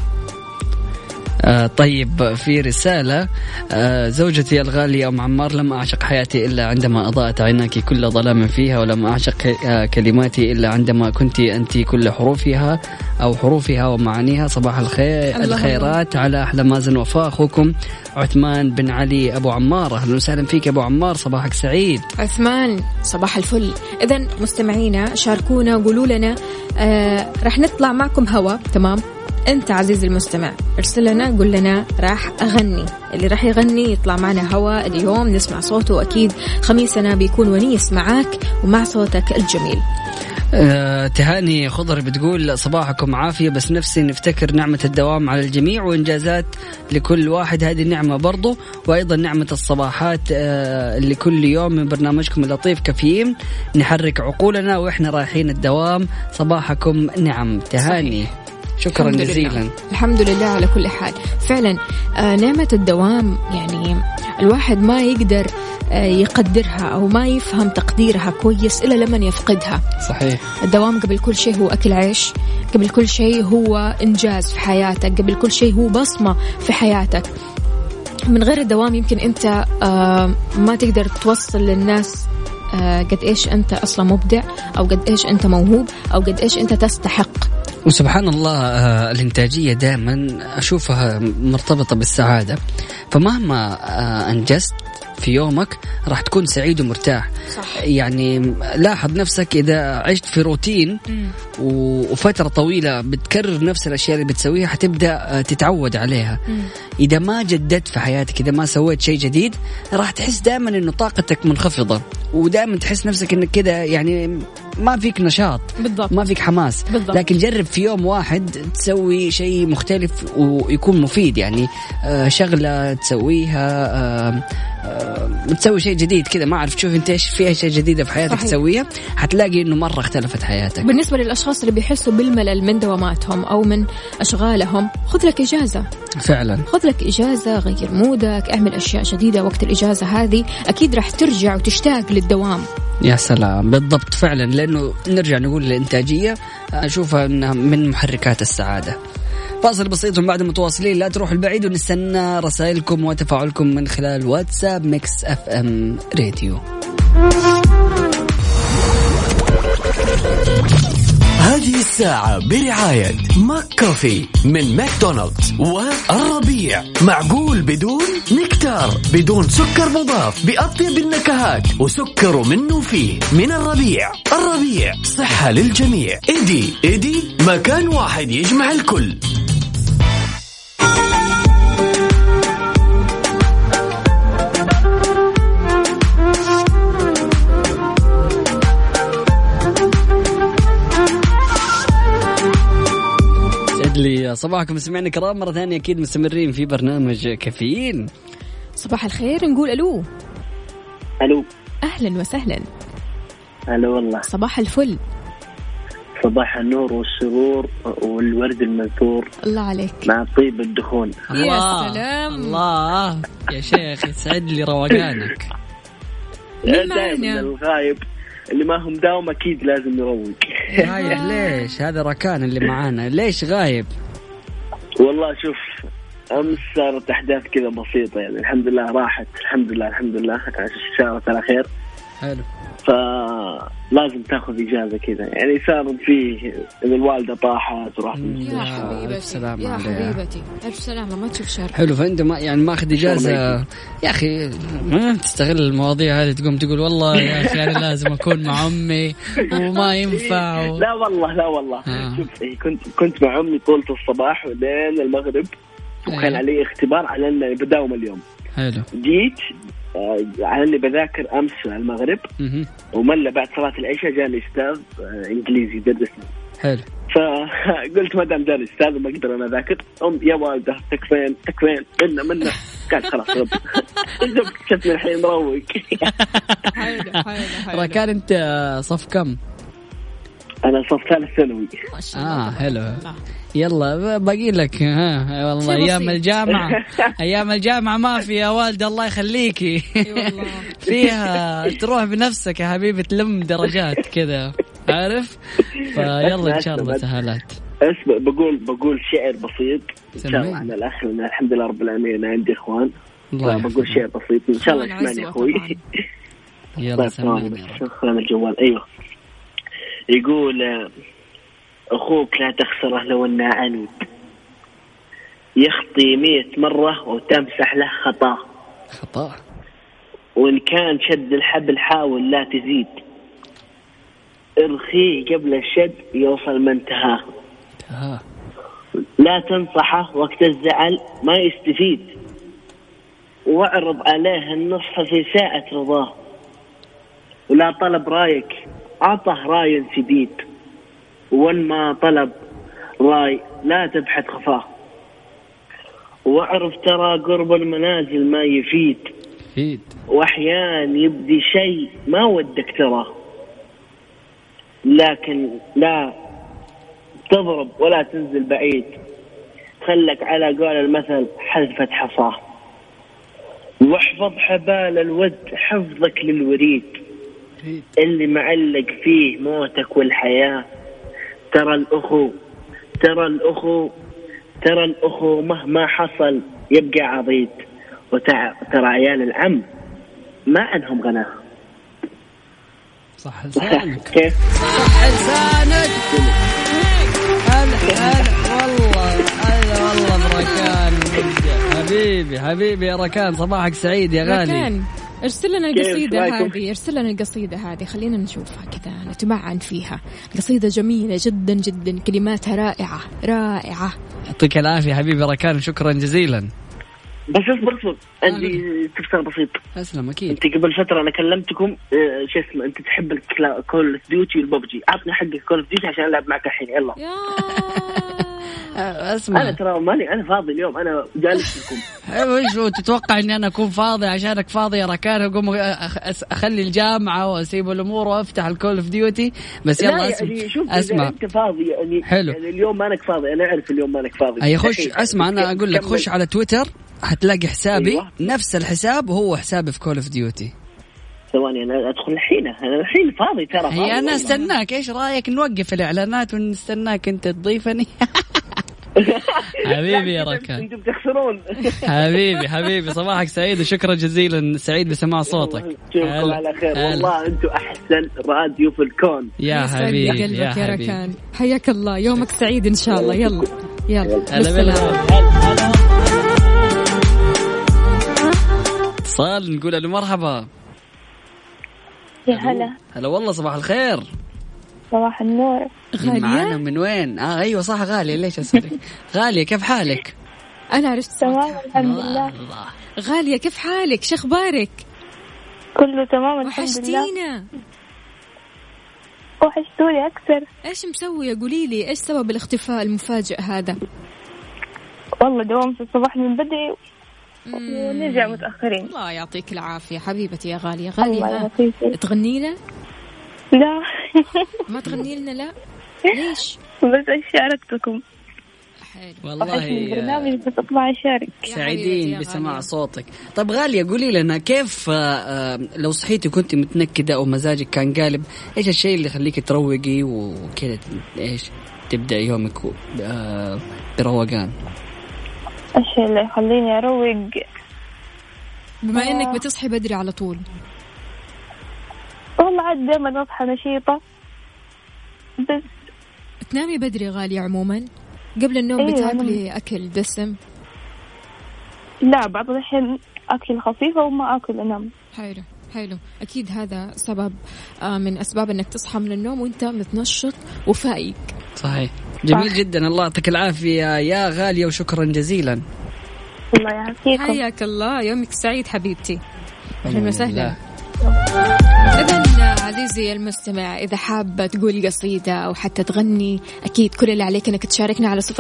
[SPEAKER 4] طيب في رسالة زوجتي الغالية أم عمار، لم أعشق حياتي إلا عندما أضاءت عيناك كل ظلام فيها، ولم أعشق كلماتي إلا عندما كنت أنت كل حروفها أو حروفها ومعانيها. صباح الخيرات على أحلى مازن وفاء. أخوكم عثمان بن علي أبو عمار. أهلا وسهلا فيك أبو عمار، صباحك سعيد.
[SPEAKER 6] عثمان صباح الفل. إذن مستمعينا شاركونا وقولوا لنا رح نطلع معكم هوا، تمام؟ أنت عزيزي المستمع ارسل لنا قل لنا راح أغني، اللي راح يغني يطلع معنا هوا اليوم نسمع صوته، وأكيد خميسنا بيكون ونيس معاك ومع صوتك الجميل.
[SPEAKER 4] تهاني خضر بتقول صباحكم عافية، بس نفسي نفتكر نعمة الدوام على الجميع وإنجازات لكل واحد، هذه النعمة برضو، وأيضا نعمة الصباحات اللي كل يوم من برنامجكم اللطيف كافيين نحرك عقولنا وإحنا رايحين الدوام. صباحكم نعم تهاني. صحيح. شكرا جزيلا.
[SPEAKER 6] الحمد لله على كل حال. فعلا نعمة الدوام يعني الواحد ما يقدر يقدرها أو ما يفهم تقديرها كويس إلا لما يفقدها.
[SPEAKER 4] صحيح.
[SPEAKER 6] الدوام قبل كل شيء هو أكل عيش، قبل كل شيء هو إنجاز في حياتك، قبل كل شيء هو بصمة في حياتك. من غير الدوام يمكن أنت ما تقدر توصل للناس قد إيش أنت أصلا مبدع، أو قد إيش أنت موهوب، أو قد إيش أنت تستحق.
[SPEAKER 4] وسبحان الله الإنتاجية دائما أشوفها مرتبطة بالسعادة، فمهما أنجزت في يومك راح تكون سعيد ومرتاح.
[SPEAKER 6] صح.
[SPEAKER 4] يعني لاحظ نفسك إذا عشت في روتين وفترة طويلة بتكرر نفس الأشياء اللي بتسويها حتبدأ تتعود عليها. إذا ما جددت في حياتك، إذا ما سويت شيء جديد، راح تحس دائما إنه طاقتك منخفضة، ودائما تحس نفسك إنك كده يعني ما فيك نشاط.
[SPEAKER 6] بالضبط.
[SPEAKER 4] ما فيك حماس.
[SPEAKER 6] بالضبط.
[SPEAKER 4] لكن جرب في يوم واحد تسوي شيء مختلف ويكون مفيد، يعني شغلة تسويها، تسوي شيء جديد كذا، ما أعرف تشوف أنت إيش في أشياء جديدة في حياتك. صحيح. تسويها حتلاقي إنه مرة اختلفت حياتك.
[SPEAKER 6] بالنسبة للأشخاص اللي بيحسوا بالملل من دواماتهم أو من أشغالهم، خذ لك إجازة.
[SPEAKER 4] فعلا
[SPEAKER 6] خذ لك إجازة، غير مودك، اعمل أشياء جديدة وقت الإجازة هذه، أكيد راح ترجع وتشتاق للدوام.
[SPEAKER 4] يا سلام، بالضبط فعلا، لأنه نرجع نقول الإنتاجية أشوفها أنها من محركات السعادة. فاصل بسيط وبعد متواصلين، لا تروح البعيد، ونستنى رسائلكم وتفاعلكم من خلال واتساب ميكس اف ام راديو.
[SPEAKER 3] هذه الساعة برعاية ماك كوفي من ماكدونالدز والربيع. معقول بدون نكتار، بدون سكر مضاف، بأطيب النكهات وسكر منه فيه. من الربيع صحة للجميع. إيدي مكان واحد يجمع الكل.
[SPEAKER 4] صباحكم مستمعينا الكرام مرة ثانية، أكيد مستمرين في برنامج كافيين.
[SPEAKER 6] صباح الخير، نقول ألو.
[SPEAKER 5] الو،
[SPEAKER 6] أهلا وسهلا.
[SPEAKER 5] هلا والله.
[SPEAKER 6] صباح الفل.
[SPEAKER 5] صباح النور والسرور والورد المنثور.
[SPEAKER 6] الله عليك.
[SPEAKER 5] مع طيب الدخون.
[SPEAKER 6] يا سلام.
[SPEAKER 4] الله يا شيخ، يسعد لي روقانك.
[SPEAKER 5] دائما الغايب اللي ما هم داوم أكيد لازم يروق.
[SPEAKER 4] غايب ليش؟ هذا ركان اللي معانا، ليش غايب؟
[SPEAKER 5] والله شوف، أمس صارت أحداث كذا بسيطة يعني، الحمد لله راحت، الحمد لله صارت على خير.
[SPEAKER 4] حلو.
[SPEAKER 5] فلازم تاخذ إجازة كذا يعني، صار فيه إن الوالدة طاحت وراحت.
[SPEAKER 6] يا حبيبتي يا حبيبتي، ألف سلامة، ما تشوف شر.
[SPEAKER 4] حلو، فأنت ما يعني ماخذ إجازة يا أخي، ما تستغل المواضيع هذه تقوم تقول والله يا أخي أنا لازم أكون مع أمي وما ينفع
[SPEAKER 5] لا والله شوف، كنت مع أمي طولة الصباح ولين المغرب، وكان علي اختبار على أني بداوم اليوم.
[SPEAKER 4] حلو.
[SPEAKER 5] جيت على أني بذاكر أمس المغرب، وملا بعد صلاة العشاء جاني أستاذ إنجليزي درسني.
[SPEAKER 4] حلو.
[SPEAKER 5] فقلت ما دام جاني أستاذ وما أقدر أنا أذاكر، يا والدة تكفين منا قال خلاص رب شفت من الحين مروق.
[SPEAKER 6] حلو.
[SPEAKER 4] ركان أنت صف كم؟
[SPEAKER 5] أنا صف ثالث ثانوي.
[SPEAKER 4] حلو. يلا باقي لك والله أيام الجامعة ما في يا والدة الله يخليكي. فيها تروح بنفسك يا حبيبي تلم درجات كذا، عارف؟ فيلا إن شاء الله سهالات.
[SPEAKER 5] بقول شعر بسيط إن شاء الله عن الأخ، الحمد لله رب العالمين أنا عندي إخوان، بقول شعر بسيط إن شاء الله يسمعني أخوي.
[SPEAKER 4] يلا سمعني.
[SPEAKER 5] خلنا الجوال. أيوه، يقول أخوك لا تخسره لو أنه عنيد، يخطي 100 مرة وتمسح له خطأ، وإن كان شد الحبل حاول لا تزيد، ارخيه قبل الشد يوصل منتهاه، لا تنصحه وقت الزعل ما يستفيد، واعرض عليه النصح في ساعة رضاه، ولا طلب رايك عطه راي سديد، وان ما طلب راي لا تبحث خفاه، واعرف ترى قرب المنازل ما يفيد، واحيان يبدي شيء ما ودك تراه، لكن لا تضرب ولا تنزل بعيد، خلك على قول المثل حذفة حصاه، واحفظ حبال الود حفظك للوريد، اللي معلق فيه موتك والحياة، ترى الأخو مهما حصل يبقى عضيد، وترى عيال العم ما عنهم غناه.
[SPEAKER 4] صح لسانك.
[SPEAKER 5] كيف؟
[SPEAKER 4] صح لسانك. والله بركان حبيبي يا ركان، صباحك سعيد يا غالي.
[SPEAKER 6] ركان ارسل لنا القصيدة هذه خلينا نشوفها كذا نتمعن فيها. قصيدة جميلة جدا جدا، كلماتها رائعة.
[SPEAKER 4] يعطيك العافية حبيبي ركان، شكرا جزيلا.
[SPEAKER 5] بس اصبر عندي تفسير بسيط.
[SPEAKER 4] اسلم اكيد.
[SPEAKER 5] انت قبل فتره انا كلمتكم شو اسمه، انت تحب الكول اوف ديوتي والببجي، عطني حق الكول اوف ديوتي عشان العب معك الحين. يلا
[SPEAKER 4] اسمع،
[SPEAKER 5] انا ترى ماني انا فاضي اليوم، انا جالس لكم.
[SPEAKER 4] ايش تتوقع اني انا اكون فاضي عشانك فاضي يا ركان؟ اقوم اخلي الجامعه واسيب الامور وافتح الكول اوف ديوتي؟ بس يلا
[SPEAKER 5] اسمع انت فاضي يعني
[SPEAKER 4] حلو.
[SPEAKER 5] يعني اليوم مانك فاضي، انا اعرف اليوم مانك فاضي.
[SPEAKER 4] اي خش اسمع، انا اقول لك خش على تويتر هتلاقي حسابي. أيوة. نفس الحساب وهو حسابي في كول اوف ديوتي.
[SPEAKER 5] ثواني انا ادخل الحين، انا الحين فاضي ترى.
[SPEAKER 4] هي انا استناك، ايش رايك نوقف الاعلانات ونستناك انت تضيفني؟ حبيبي يا ركان،
[SPEAKER 5] انتم بتخسرون.
[SPEAKER 4] حبيبي صباحك سعيد وشكرا جزيلا، سعيد بسماع صوتك.
[SPEAKER 5] نشوفكم على خير. والله انتم احسن راديو في الكون.
[SPEAKER 4] يا حبيبي
[SPEAKER 6] قلبك يا ركان، حياك الله، يومك سعيد ان شاء الله. يلا
[SPEAKER 4] اتصال نقول له مرحبا.
[SPEAKER 7] يا
[SPEAKER 4] هلا والله، صباح الخير.
[SPEAKER 7] صباح النور.
[SPEAKER 4] غالية معانا من وين؟ ايوه صح غالية، ليش اسالك؟ غالية كيف حالك؟
[SPEAKER 6] انا عرفت.
[SPEAKER 7] تمام الحمد لله.
[SPEAKER 6] غالية كيف حالك؟ شو اخبارك؟
[SPEAKER 7] كله تمام الحمد لله.
[SPEAKER 6] وحشتينا.
[SPEAKER 7] وحشتوني اكثر.
[SPEAKER 6] ايش مسوية؟ قولي لي ايش سبب الاختفاء المفاجئ هذا؟
[SPEAKER 7] والله دوام الصباح من بدري ونرجع متأخرين.
[SPEAKER 6] الله يعطيك العافية حبيبتي يا غالية.
[SPEAKER 7] غالية
[SPEAKER 6] تغني لنا؟
[SPEAKER 7] لا
[SPEAKER 6] ما تغني لنا لا؟ ليش؟
[SPEAKER 7] بس أشاركتكم
[SPEAKER 4] والله
[SPEAKER 7] البرنامج بس أطلع أشارك.
[SPEAKER 4] سعيدين بسماع صوتك. طب غالية قولي لنا كيف لو صحيتي كنت متنكدة أو مزاجك كان قالب، إيش الشيء اللي يخليك تروقي وكذا إيش تبدأ يومك بروقان؟
[SPEAKER 7] الشيء اللي يخليني أروق
[SPEAKER 6] بما إنك بتصحي بدري على طول؟
[SPEAKER 7] والله عاد دائما أصحى نشيطة بس.
[SPEAKER 6] تنامي بدري غالية عموما؟ قبل النوم بتاكلي أكل دسم؟
[SPEAKER 7] لا بعض الأحيان أكل خفيفة وما أكل أنام.
[SPEAKER 6] حلو أكيد هذا سبب من أسباب أنك تصحى من النوم وأنت متنشط وفايق.
[SPEAKER 4] صحيح جميل جدا. الله يعطيك العافية يا غالية وشكرا جزيلا.
[SPEAKER 7] الله يعافيكم.
[SPEAKER 6] حياك الله يومك سعيد حبيبتي. أهلا وسهلا. إذن عزيزي المستمع إذا حابة تقول قصيدة أو حتى تغني أكيد كل اللي عليك أنك تشاركنا على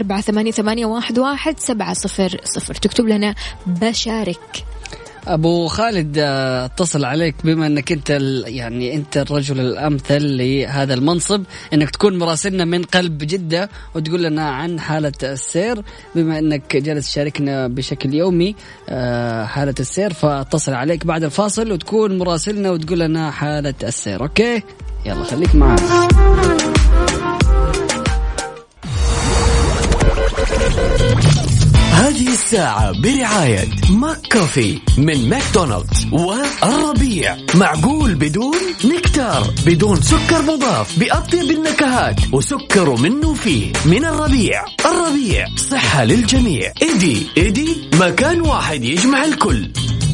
[SPEAKER 6] 0548811700. تكتب لنا بشارك.
[SPEAKER 4] أبو خالد اتصل عليك بما أنك أنت يعني أنت الرجل الأمثل لهذا المنصب، أنك تكون مراسلنا من قلب جدة وتقول لنا عن حالة السير، بما أنك جالس تشاركنا بشكل يومي حالة السير، فاتصل عليك بعد الفاصل وتكون مراسلنا وتقول لنا حالة السير. أوكي يلا خليك معنا.
[SPEAKER 3] هذه الساعة برعاية ماك كوفي من ماكدونالدز والربيع. معقول بدون نكتار، بدون سكر مضاف، بأطيب النكهات وسكر منه فيه. من الربيع صحة للجميع. إيدي مكان واحد يجمع الكل.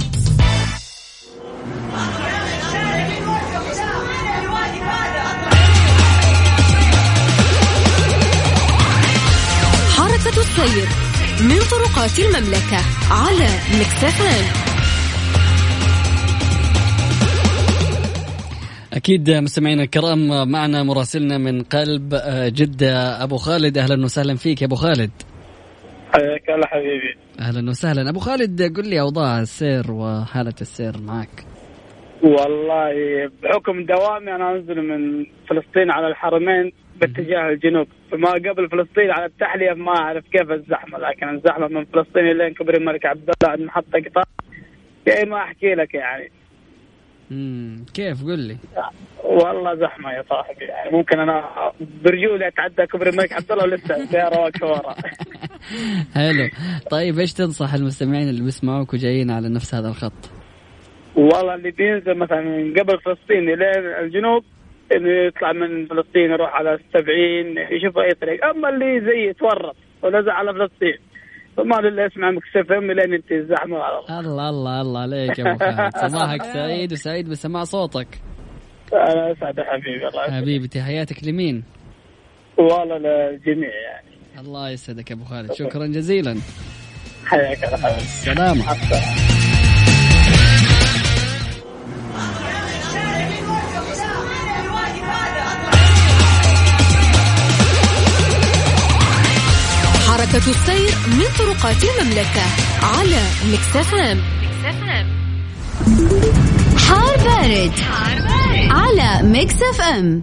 [SPEAKER 2] حركة السير من طرقات المملكة على ميكس FM.
[SPEAKER 4] أكيد مستمعينا الكرام معنا مراسلنا من قلب جدة أبو خالد. أهلا وسهلا فيك يا أبو خالد.
[SPEAKER 8] حياك الله حبيبي.
[SPEAKER 4] أهلا وسهلا أبو خالد. قل لي أوضاع السير وحالة السير معك.
[SPEAKER 8] والله بحكم دوامي أنا أنزل من فلسطين على الحرمين باتجاه الجنوب، فما قبل فلسطين على التحلية ما أعرف كيف الزحمة، لكن الزحمة من فلسطين لين كبري الملك عبد الله عند محطة قطار يعني ما أحكي لك يعني.
[SPEAKER 4] كيف قل لي؟
[SPEAKER 8] والله زحمة يا صاحبي، يعني ممكن أنا برجولي أتعدى كبري الملك عبد الله ولسه السيارة واقفة ورا.
[SPEAKER 4] حلو. طيب إيش تنصح المستمعين اللي بيسمعوك وجايين على نفس هذا الخط؟
[SPEAKER 8] والله اللي بينزل مثلا من قبل فلسطين لين الجنوب إنه يطلع من فلسطين يروح على 70 يشوف أي طريق، أما اللي زي يتورط ونزع على فلسطين فما لله اسمع ميكس اف ام لين انت الزحمة.
[SPEAKER 4] الله الله الله عليك يا أبو خالد. صباحك سعيد وسعيد بسماع صوتك.
[SPEAKER 8] أنا أسعد حبيبي. الله
[SPEAKER 4] حبيبي تحياتك لمين؟
[SPEAKER 8] والله للجميع يعني.
[SPEAKER 4] الله يسعدك يا أبو خالد شكرا جزيلا.
[SPEAKER 8] حياك الله حبيبي.
[SPEAKER 4] سلام.
[SPEAKER 2] حركة السير من طرقات المملكة على ميكس FM. حار بارد على ميكس FM.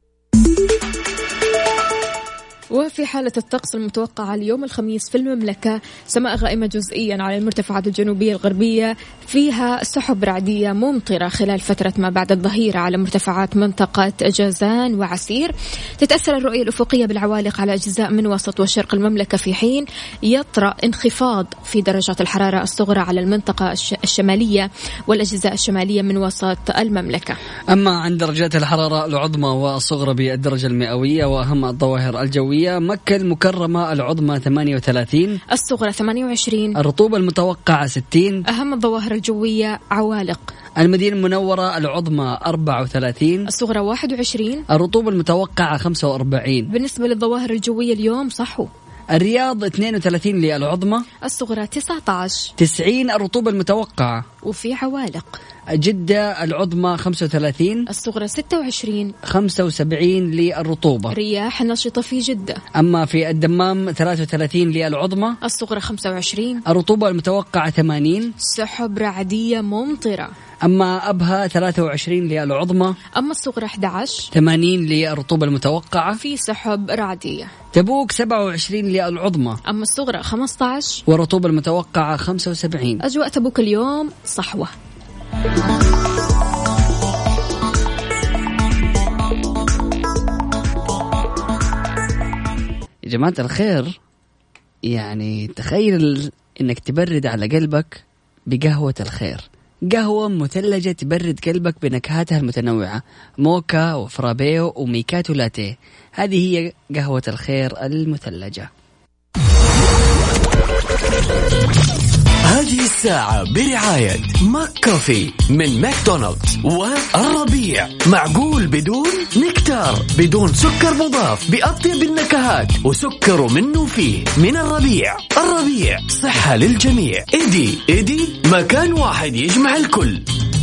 [SPEAKER 6] وفي حالة الطقس المتوقعة اليوم الخميس في المملكة سماء غائمة جزئيا على المرتفعات الجنوبية الغربية، فيها سحب رعدية ممطرة خلال فترة ما بعد الظهيرة على مرتفعات منطقة جازان وعسير. تتأثر الرؤية الأفقية بالعوالق على أجزاء من وسط وشرق المملكة، في حين يطرأ انخفاض في درجات الحرارة الصغرى على المنطقة الشمالية والأجزاء الشمالية من وسط المملكة.
[SPEAKER 4] أما عن درجات الحرارة العظمى والصغرى بالدرجة المئوية، وأهم الظواهر الجوية مكة المكرمة العظمى 38،
[SPEAKER 6] الصغرى 28،
[SPEAKER 4] الرطوبة المتوقعة 60،
[SPEAKER 6] أهم الظواهر الجوية عوالق.
[SPEAKER 4] المدينة المنورة العظمى 34،
[SPEAKER 6] الصغرى 21،
[SPEAKER 4] الرطوبة المتوقعة 45.
[SPEAKER 6] بالنسبة للظواهر الجوية اليوم صحوا.
[SPEAKER 4] الرياض 32 للعظمى،
[SPEAKER 6] الصغرى 19،
[SPEAKER 4] 90 الرطوبة المتوقعة
[SPEAKER 6] وفي عوالق.
[SPEAKER 4] جدة العظمى 35،
[SPEAKER 6] الصغرى 26،
[SPEAKER 4] 75 للرطوبة.
[SPEAKER 6] رياح نشطة في جدة.
[SPEAKER 4] أما في الدمام 33 للعظمى،
[SPEAKER 6] الصغرى 25،
[SPEAKER 4] الرطوبة المتوقعة 80،
[SPEAKER 6] سحب رعدية ممطرة.
[SPEAKER 4] أما أبها 23 للعظمى،
[SPEAKER 6] أما الصغرى 11،
[SPEAKER 4] 80 للرطوبة المتوقعة،
[SPEAKER 6] في سحب رعدية.
[SPEAKER 4] تبوك 27 للعظمى،
[SPEAKER 6] أما الصغرى 15،
[SPEAKER 4] والرطوبة المتوقعة 75.
[SPEAKER 6] أجواء تبوك اليوم صحوة.
[SPEAKER 4] يا جماعة الخير، يعني تخيل إنك تبرد على قلبك بقهوة الخير، قهوة مثلجة تبرد قلبك بنكهاتها المتنوعة، موكا وفرابيو وميكاتو لاتيه. هذه هي قهوة الخير المثلجة.
[SPEAKER 3] هذه الساعة برعاية ماك كوفي من ماكدونالدز، والربيع معقول بدون نكتار، بدون سكر مضاف، بأطيب النكهات وسكر منه فيه. من الربيع صحة للجميع. إيدي مكان واحد يجمع الكل.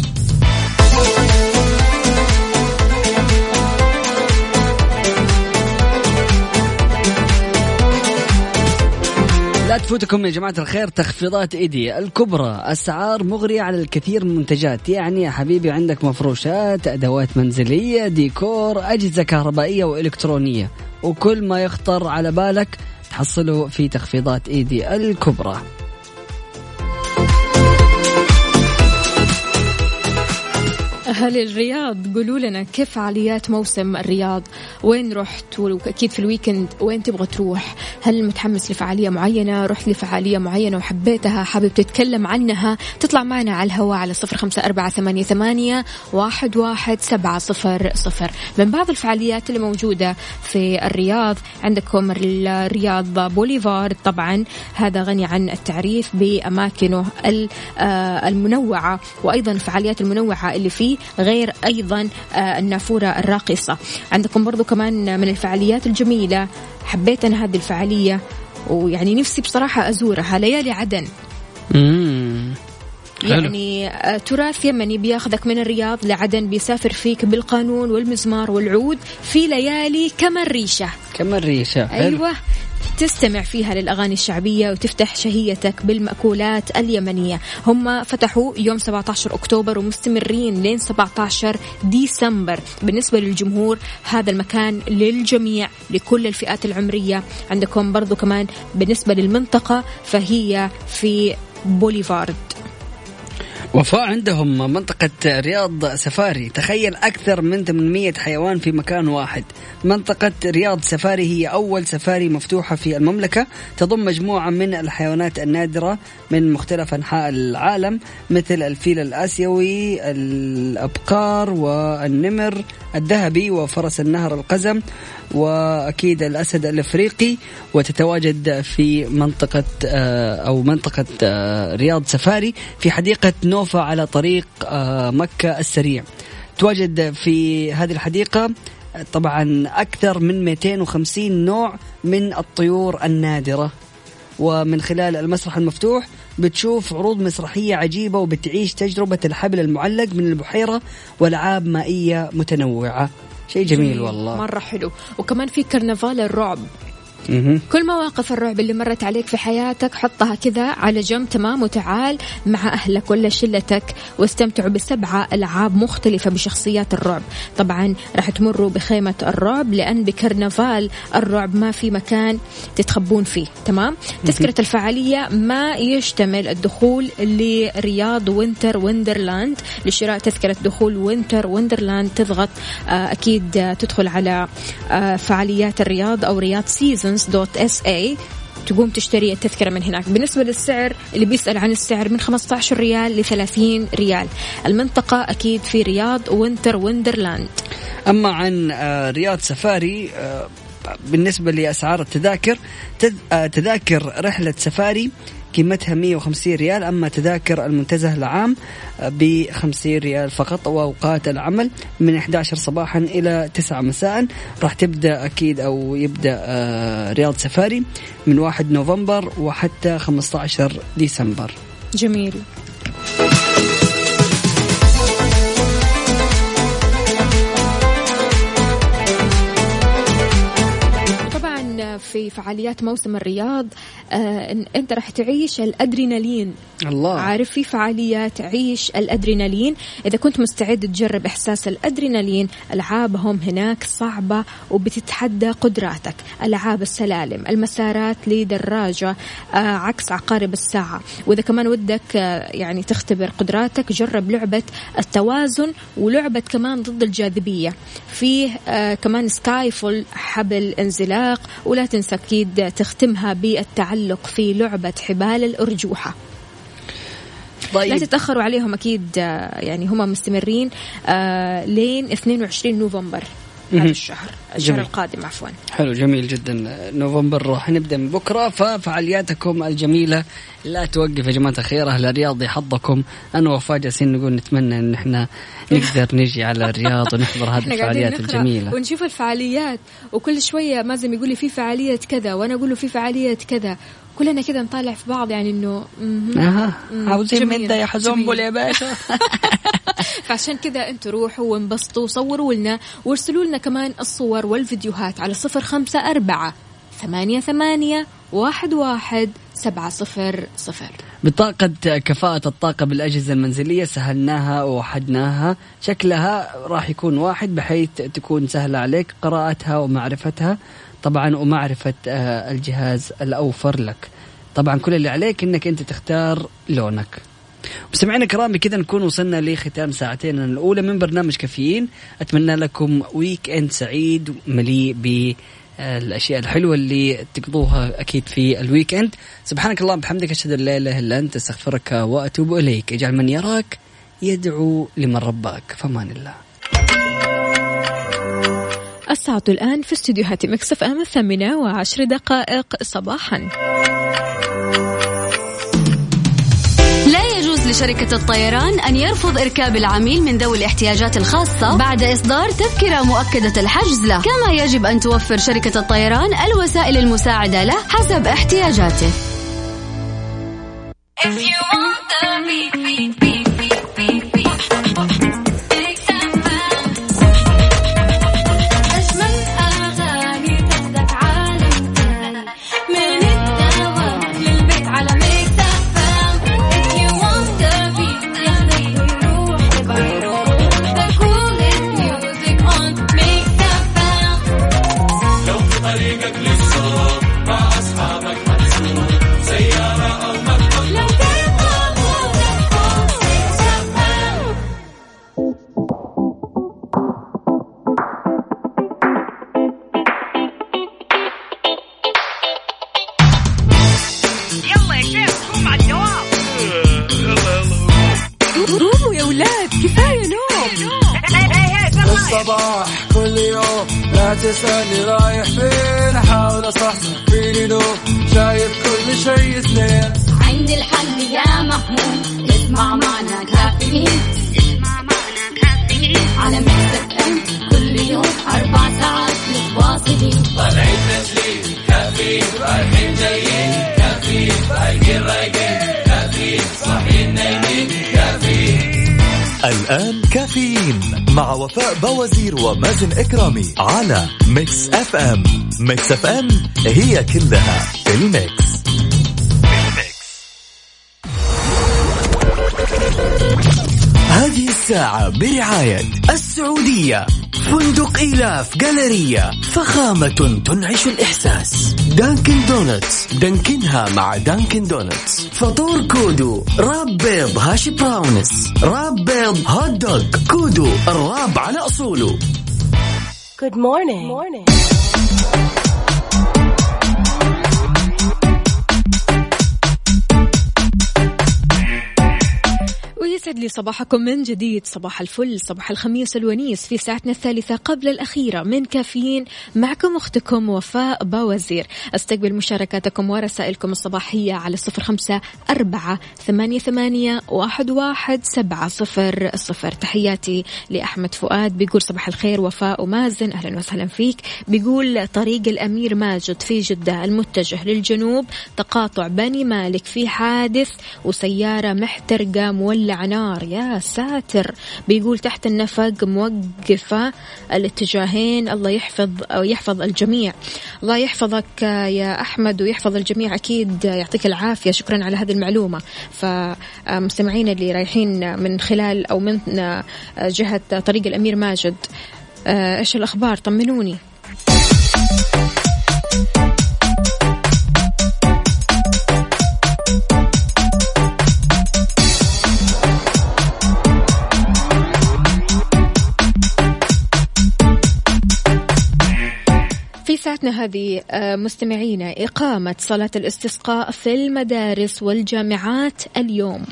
[SPEAKER 4] لا تفوتكم يا جماعة الخير تخفيضات إيدي الكبرى، أسعار مغرية على الكثير من المنتجات. يعني يا حبيبي عندك مفروشات، أدوات منزلية، ديكور، أجهزة كهربائية وإلكترونية، وكل ما يخطر على بالك تحصله في تخفيضات إيدي الكبرى.
[SPEAKER 6] أهل الرياض قولوا لنا كيف فعاليات موسم الرياض، وين رحت، وأكيد في الويكند وين تبغى تروح؟ هل متحمس لفعالية معينة، رحت لفعالية معينة وحبيتها، حابب تتكلم عنها؟ تطلع معنا على الهواء على 0548811700. من بعض الفعاليات اللي موجودة في الرياض عندكم الرياض بوليفارد، طبعا هذا غني عن التعريف بأماكنه المنوعة، وأيضا الفعاليات المنوعة اللي فيه، غير أيضا النافورة الراقصة. عندكم برضو كمان من الفعاليات الجميلة، حبيت أنا هذه الفعالية ويعني نفسي بصراحة أزورها، ليالي عدن. يعني تراث يمني بياخذك من الرياض لعدن، بيسافر فيك بالقانون والمزمار والعود في ليالي كمان ريشة. أيوة، تستمع فيها للأغاني الشعبية وتفتح شهيتك بالمأكولات اليمنية. هم فتحوا يوم 17 أكتوبر ومستمرين لين 17 ديسمبر. بالنسبة للجمهور هذا المكان للجميع، لكل الفئات العمرية. عندكم برضو كمان بالنسبة للمنطقة فهي في بوليفارد.
[SPEAKER 4] وفاء عندهم منطقة رياض سفاري، تخيل أكثر من 800 حيوان في مكان واحد. منطقة رياض سفاري هي أول سفاري مفتوحة في المملكة، تضم مجموعة من الحيوانات النادرة من مختلف أنحاء العالم، مثل الفيل الآسيوي، الأبقار، والنمر الذهبي، وفرس النهر القزم، وأكيد الأسد الأفريقي. وتتواجد في منطقة رياض سفاري في حديقة نوفا على طريق مكة السريع. تواجد في هذه الحديقة طبعا أكثر من 250 نوع من الطيور النادرة. ومن خلال المسرح المفتوح بتشوف عروض مسرحية عجيبة، وبتعيش تجربة الحبل المعلق من البحيرة وألعاب مائية متنوعة. شيء جميل والله،
[SPEAKER 6] مرة حلو. وكمان في كرنفال الرعب. كل مواقف الرعب اللي مرت عليك في حياتك حطها كذا على جنب، تمام، وتعال مع أهلك ولا شلتك واستمتعوا ب7 ألعاب مختلفة بشخصيات الرعب. طبعا راح تمروا بخيمة الرعب، لأن بكرنفال الرعب ما في مكان تتخبون فيه، تمام. تذكرة الفعالية ما يشتمل الدخول لرياض وينتر ويندرلاند. لشراء تذكرة دخول وينتر ويندرلاند تضغط أكيد تدخل على فعاليات الرياض أو رياض seasons.sa، تقوم تشتري التذكرة من هناك. بالنسبة للسعر، اللي بيسأل عن السعر، من 15 ريال ل 30 ريال. المنطقة أكيد في رياض وينتر ويندرلاند.
[SPEAKER 4] أما عن رياض سفاري، بالنسبة لأسعار التذاكر، تذاكر رحلة سفاري قيمتها 150 ريال. أما تذاكر المنتزه العام ب50 ريال فقط. وأوقات العمل من 11 صباحا إلى 9 مساء. راح تبدأ أكيد أو يبدأ رياض سفاري من 1 نوفمبر وحتى 15 ديسمبر.
[SPEAKER 6] جميل. في فعاليات موسم الرياض أنت راح تعيش الأدرينالين.
[SPEAKER 4] الله.
[SPEAKER 6] عارف في فعاليات عيش الأدرينالين، إذا كنت مستعد تجرب إحساس الأدرينالين ألعابهم هناك صعبة وبتتحدى قدراتك. ألعاب السلالم، المسارات لدراجة عكس عقارب الساعة. وإذا كمان ودك يعني تختبر قدراتك جرب لعبة التوازن ولعبة كمان ضد الجاذبية. فيه كمان سكاي فول حبل انزلاق. ولا تنسى أكيد تختمها بالتعلق في لعبة حبال الأرجوحة.
[SPEAKER 4] طيب.
[SPEAKER 6] لا تتأخروا عليهم أكيد، يعني هم مستمرين لين 22 نوفمبر هذا الشهر القادم عفوا.
[SPEAKER 4] حلو جميل جدا. نوفمبر راح نبدأ من بكرة، ففعالياتكم الجميلة لا توقف يا جماعة الخير. أهل الرياض يحظكم. أنا ووفاء جالسين نقول نتمنى إن إحنا نقدر نجي على الرياض ونحضر هذه الفعاليات الجميلة
[SPEAKER 6] ونشوف الفعاليات. وكل شوية مازم يقول لي في فعالية كذا وأنا أقول له في فعالية كذا، كلنا كذا نطالع في بعض يعني إنه
[SPEAKER 4] عاوزين من ده يا حزنبل يا باشا.
[SPEAKER 6] فعشان كذا أنتوا روحوا وانبسطوا وصوروا لنا وارسلوا لنا كمان الصور والفيديوهات على 0548811700.
[SPEAKER 4] بطاقة كفاءة الطاقة بالأجهزة المنزلية سهلناها ووحدناها. شكلها راح يكون واحد بحيث تكون سهلة عليك قراءتها ومعرفتها طبعا، ومعرفة الجهاز الأوفر لك. طبعا كل اللي عليك إنك أنت تختار لونك. مستمعينا كرامي كذا نكون وصلنا لختام ساعتين الأولى من برنامج كافيين. أتمنى لكم ويك إند سعيد مليء بالأشياء الحلوة اللي تقضوها أكيد في الويك إند. سبحانك اللهم بحمدك أشهد أن لا إله إلا أنت أستغفرك وأتوب إليك. اجعل من يراك يدعو لمن رباك. فمان الله.
[SPEAKER 6] الساعة الآن في استديوهات ميكس اف ام 8:10 صباحا.
[SPEAKER 2] لا يجوز لشركة الطيران أن يرفض إركاب العميل من ذوي الاحتياجات الخاصة بعد إصدار تذكرة مؤكدة الحجز له. كما يجب أن توفر شركة الطيران الوسائل المساعدة له حسب احتياجاته.
[SPEAKER 1] الصباح كل يوم لا تسألني رايح فين، أحاول أصحصح فيني نوم شايف كل شيء سنين.
[SPEAKER 9] عندي الحل يا محمود، اسمع معنا كافيين، اسمع معنا كافيين على ميكس اف ام كل يوم 4 ساعات متواصلين. طالعين تسليم كافيين، رايحين جايين كافيين، رايقين رايقين كافيين، صاحيين نايمين كافيين.
[SPEAKER 10] الآن كافيين مع وفاء بوازير ومازن إكرامي على ميكس اف ام. ميكس اف ام هي كلها في الميكس.
[SPEAKER 3] هذه الساعة برعاية السعودية، فندق إيلاف جاليريا، فخامة تنعش الإحساس. دانكن دونتس، دانكنها مع دانكن دونتس. فطور كودو، راب بيض هاشي براونس، راب بيض هوت دوغ. كودو الراب على أصوله.
[SPEAKER 11] Good morning.
[SPEAKER 6] ويسعد لي صباحكم من جديد. صباح الفل، صباح الخميس الونيس في ساعتنا الثالثة قبل الأخيرة من كافيين. معكم أختكم وفاء بوازير. استقبل مشاركاتكم ورسائلكم الصباحية على 0548811700. تحياتي لأحمد فؤاد بيقول صباح الخير وفاء ومازن، أهلا وسهلا فيك. بيقول طريق الأمير ماجد في جدة المتجه للجنوب تقاطع بني مالك في حادث وسيارة محترقة مولعة نار النار. يا ساتر. بيقول تحت النفق موقفة الاتجاهين. الله يحفظ الجميع. الله يحفظك يا أحمد ويحفظ الجميع أكيد. يعطيك العافية. شكرا على هذه المعلومة. فمستمعين اللي رايحين من خلال أو من جهة طريق الأمير ماجد، إيش الأخبار؟ طمنوني. في ساعتنا هذه مستمعينا إقامة صلاة الاستسقاء في المدارس والجامعات اليوم.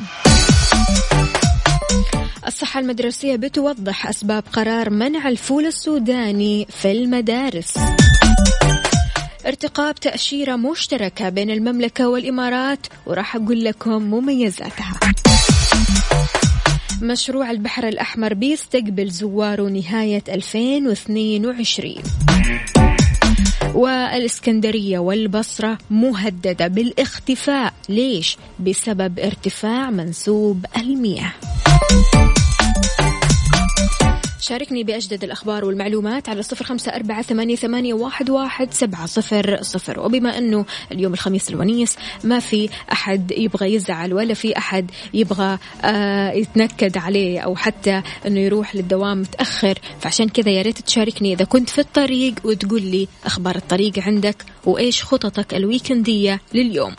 [SPEAKER 6] الصحة المدرسية بتوضح أسباب قرار منع الفول السوداني في المدارس. ارتقاب تأشيرة مشتركة بين المملكة والإمارات وراح أقول لكم مميزاتها. مشروع البحر الأحمر بيستقبل زواره نهاية 2022. والإسكندرية والبصرة مهددة بالاختفاء. ليش؟ بسبب ارتفاع منسوب المياه. شاركني بأجدد الأخبار والمعلومات على 0548811700. وبما أنه اليوم الخميس الونيس ما في أحد يبغى يزعل ولا في أحد يبغى يتنكد عليه أو حتى أنه يروح للدوام متأخر، فعشان كذا يا ريت تشاركني إذا كنت في الطريق وتقول لي أخبار الطريق عندك وإيش خططك الويكندية لليوم.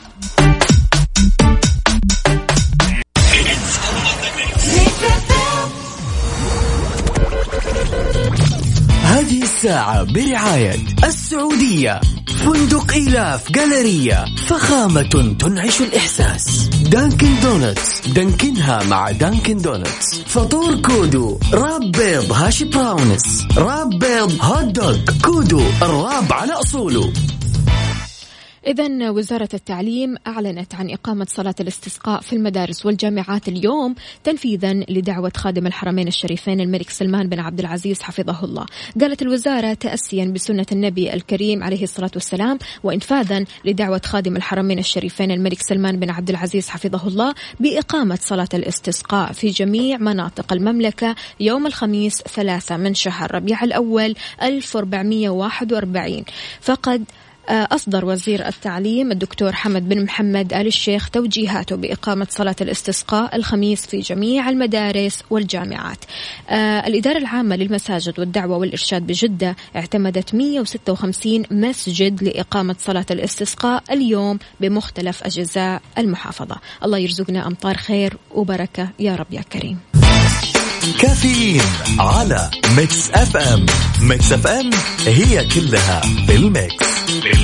[SPEAKER 3] هذه الساعة برعاية السعودية، فندق إيلاف جالرية، فخامة تنعش الإحساس، دانكن دونتس، دانكنها مع دانكن دونتس، فطور كودو، راب بيض هاشي براونس، راب بيض هوت دوغ، كودو الراب على أصوله.
[SPEAKER 6] إذن وزارة التعليم أعلنت عن إقامة صلاة الاستسقاء في المدارس والجامعات اليوم تنفيذا لدعوة خادم الحرمين الشريفين الملك سلمان بن عبد العزيز حفظه الله. قالت الوزارة تأسيا بسنة النبي الكريم عليه الصلاة والسلام وإنفاذا لدعوة خادم الحرمين الشريفين الملك سلمان بن عبد العزيز حفظه الله بإقامة صلاة الاستسقاء في جميع مناطق المملكة يوم الخميس 3 من شهر ربيع الأول 1441. فقد أصدر وزير التعليم الدكتور حمد بن محمد آل الشيخ توجيهاته بإقامة صلاة الاستسقاء الخميس في جميع المدارس والجامعات. الإدارة العامة للمساجد والدعوة والإرشاد بجدة اعتمدت 156 مسجد لإقامة صلاة الاستسقاء اليوم بمختلف أجزاء المحافظة. الله يرزقنا أمطار خير وبركة يا رب يا كريم.
[SPEAKER 10] كافيين على ميكس اف ام. ميكس اف ام هي كلها بالميكس.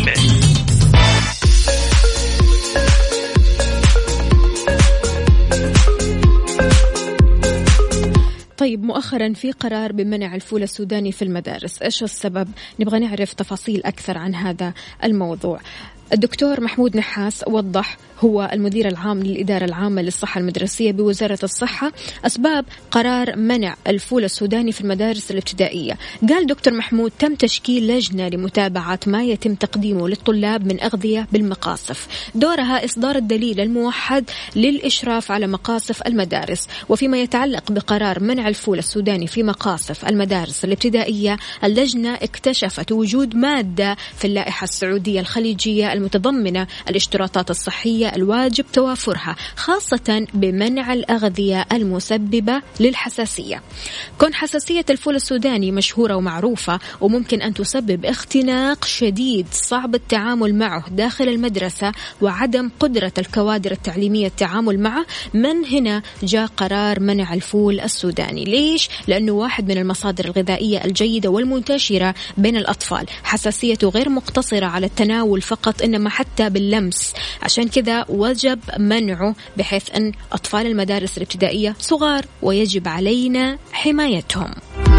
[SPEAKER 6] طيب مؤخرا في قرار بمنع الفول السوداني في المدارس. إيش السبب؟ نبغى نعرف تفاصيل أكثر عن هذا الموضوع. الدكتور محمود نحاس وضح، هو المدير العام للإدارة العامة للصحة المدرسية بوزارة الصحة، أسباب قرار منع الفول السوداني في المدارس الابتدائية. قال دكتور محمود تم تشكيل لجنة لمتابعة ما يتم تقديمه للطلاب من أغذية بالمقاصف، دورها إصدار الدليل الموحد للإشراف على مقاصف المدارس. وفيما يتعلق بقرار منع الفول السوداني في مقاصف المدارس الابتدائية، اللجنة اكتشفت وجود مادة في اللائحة السعودية الخليجية المتضمنة الاشتراطات الصحية الواجب توافرها، خاصة بمنع الأغذية المسببة للحساسية. كون حساسية الفول السوداني مشهورة ومعروفة وممكن أن تسبب اختناق شديد صعب التعامل معه داخل المدرسة وعدم قدرة الكوادر التعليمية التعامل معه، من هنا جاء قرار منع الفول السوداني. ليش؟ لأنه واحد من المصادر الغذائية الجيدة والمنتشرة بين الأطفال، حساسيته غير مقتصرة على التناول فقط إنما حتى باللمس، عشان كذا وجب منعه بحيث أن أطفال المدارس الابتدائية صغار ويجب علينا حمايتهم.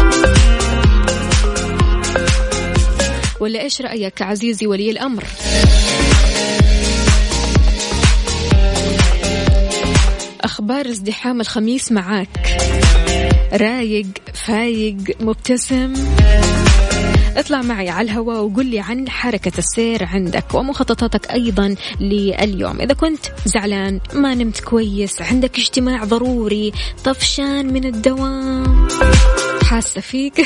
[SPEAKER 6] ولا إيش رأيك عزيزي ولي الأمر؟ أخبار ازدحام الخميس معاك، رايق فايق مبتسم. اطلع معي على الهواء وقول لي عن حركة السير عندك ومخططاتك أيضا لليوم. إذا كنت زعلان، ما نمت كويس، عندك اجتماع ضروري، طفشان من الدوام، حاسة فيك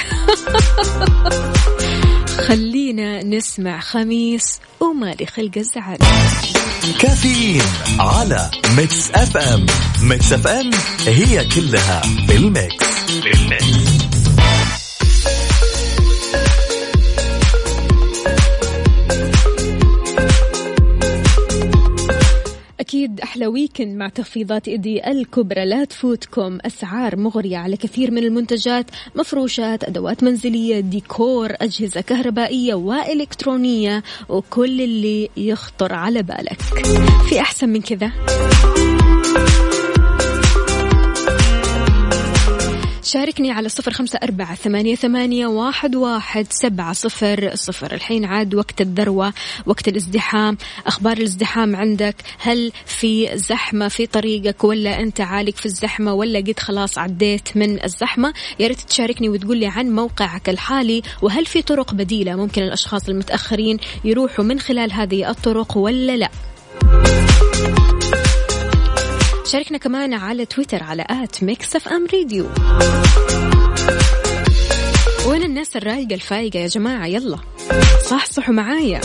[SPEAKER 6] خلينا نسمع خميس ومالي خلق الزعل.
[SPEAKER 10] كافيين على ميكس اف ام. ميكس اف ام هي كلها بالميكس.
[SPEAKER 6] أكيد أحلى ويكند مع تخفيضات إيدي الكبرى. لا تفوتكم أسعار مغرية على كثير من المنتجات، مفروشات، أدوات منزلية، ديكور، أجهزة كهربائية وإلكترونية، وكل اللي يخطر على بالك. في أحسن من كذا؟ شاركني على 0548811700. الحين عاد وقت الذروة، وقت الازدحام. أخبار الازدحام عندك؟ هل في زحمة في طريقك، ولا أنت عالق في الزحمة، ولا قد خلاص عديت من الزحمة؟ يا ريت تشاركني وتقولي عن موقعك الحالي، وهل في طرق بديلة ممكن الأشخاص المتأخرين يروحوا من خلال هذه الطرق ولا لا؟ شاركنا كمان على تويتر على @mixfmradio. وين الناس الرايقة الفايقة يا جماعة؟ يلا صحصحوا معايا.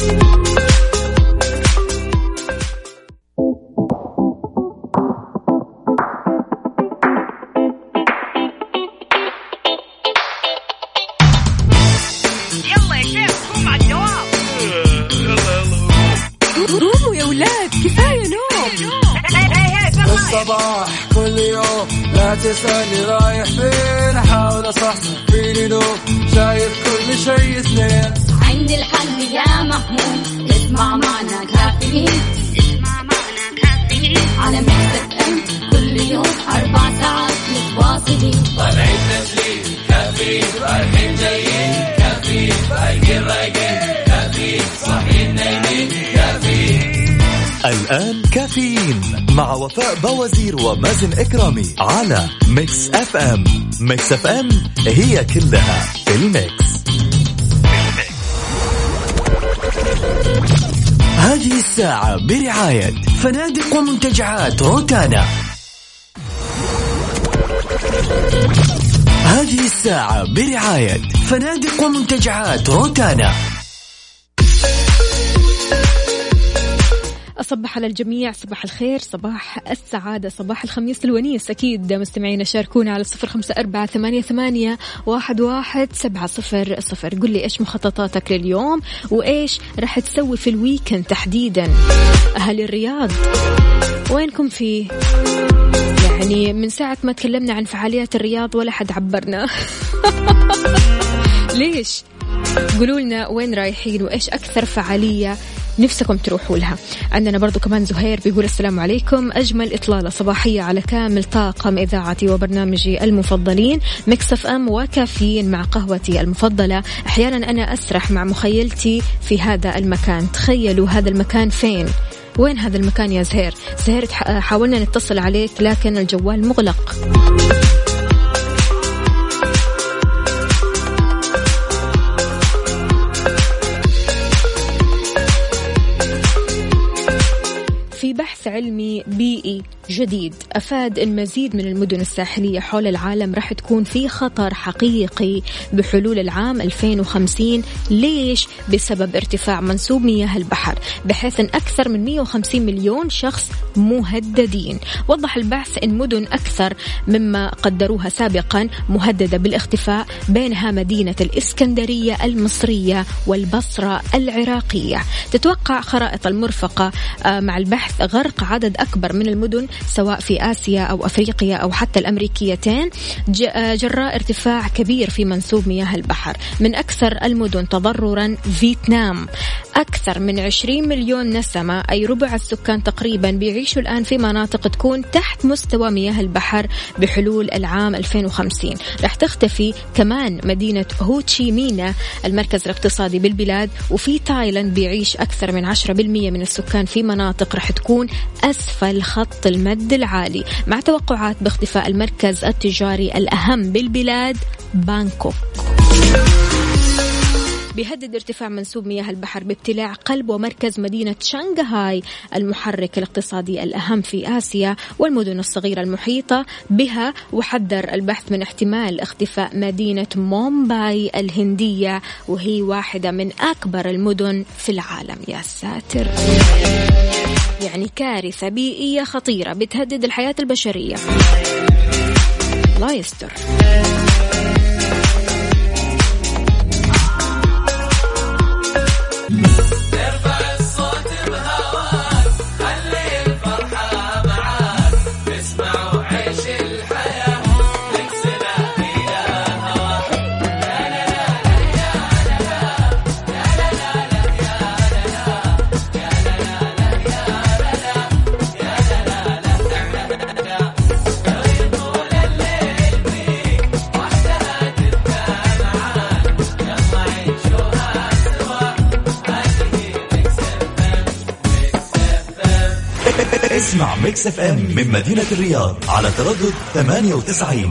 [SPEAKER 9] يلا يا شيخ قوم على الدوام.
[SPEAKER 6] قوموا يا ولاد، كفاية نوم.
[SPEAKER 1] الصباح كل يوم لا تسألني رايح فين، أحاول أصحصح فيني لو شايف كل شيء سنين.
[SPEAKER 9] عندي الحل يا محمود، اسمع معنا كافيين، اسمع معنا كافيين على ميكس اف ام. كل يوم 4 ساعات متواصلين، طالعين تسليم كافيين، رايحين جايين كافيين، فايقين رايقين كافيين، صاحيين نايمين كافيين.
[SPEAKER 10] الآن كافيين مع وفاء بوازير ومازن إكرامي على ميكس اف ام. ميكس اف ام هي كلها في الميكس.
[SPEAKER 3] هذه الساعة برعاية فنادق ومنتجعات روتانا. هذه الساعة برعاية فنادق ومنتجعات روتانا.
[SPEAKER 6] أصبح على الجميع، صباح الخير، صباح السعادة، صباح الخميس الونيس. أكيد مستمعين شاركونا على 0548811700. قل لي إيش مخططاتك لليوم، وإيش راح تسوي في الويكند تحديدا. أهل الرياض وينكم فيه؟ يعني من ساعة ما تكلمنا عن فعاليات الرياض ولا حد عبرنا. ليش؟ قولوا لنا وين رايحين وإيش أكثر فعالية نفسكم تروحوا لها. عندنا برضو كمان زهير بيقول السلام عليكم، أجمل إطلالة صباحية على كامل طاقم إذاعتي وبرنامجي المفضلين ميكس اف ام وكافيين مع قهوتي المفضلة. أحيانا أنا أسرح مع مخيلتي في هذا المكان. تخيلوا هذا المكان فين؟ وين هذا المكان يا زهير؟ زهير حاولنا نتصل عليك لكن الجوال مغلق. في بحث علمي بيئي جديد أفاد المزيد من المدن الساحلية حول العالم رح تكون في خطر حقيقي بحلول العام 2050. ليش؟ بسبب ارتفاع منسوب مياه البحر، بحيث أن أكثر من 150 مليون شخص مهددين. وضح البحث أن مدن أكثر مما قدروها سابقا مهددة بالاختفاء، بينها مدينة الإسكندرية المصرية والبصرة العراقية. تتوقع خرائط المرفقة مع البحث غرق عدد أكبر من المدن سواء في آسيا أو أفريقيا أو حتى الأمريكيتين جراء ارتفاع كبير في منسوب مياه البحر. من أكثر المدن تضررا فيتنام، أكثر من 20 مليون نسمة أي ربع السكان تقريبا بيعيشوا الآن في مناطق تكون تحت مستوى مياه البحر بحلول العام 2050. رح تختفي كمان مدينة هوتشي مينا المركز الاقتصادي بالبلاد، وفي تايلاند بيعيش أكثر من 10% من السكان في مناطق رح تكون أسفل خط المد العالي، مع توقعات باختفاء المركز التجاري الأهم بالبلاد بانكوك. بيهدد ارتفاع منسوب مياه البحر بابتلاع قلب ومركز مدينة شنغهاي المحرك الاقتصادي الأهم في آسيا والمدن الصغيرة المحيطة بها، وحذر البحث من احتمال اختفاء مدينة مومباي الهندية وهي واحدة من أكبر المدن في العالم. يا ساتر، يعني كارثة بيئية خطيرة بتهدد الحياة البشرية. الله يستر.
[SPEAKER 10] اسمع ميكس اف ام من مدينة الرياض على تردد 98.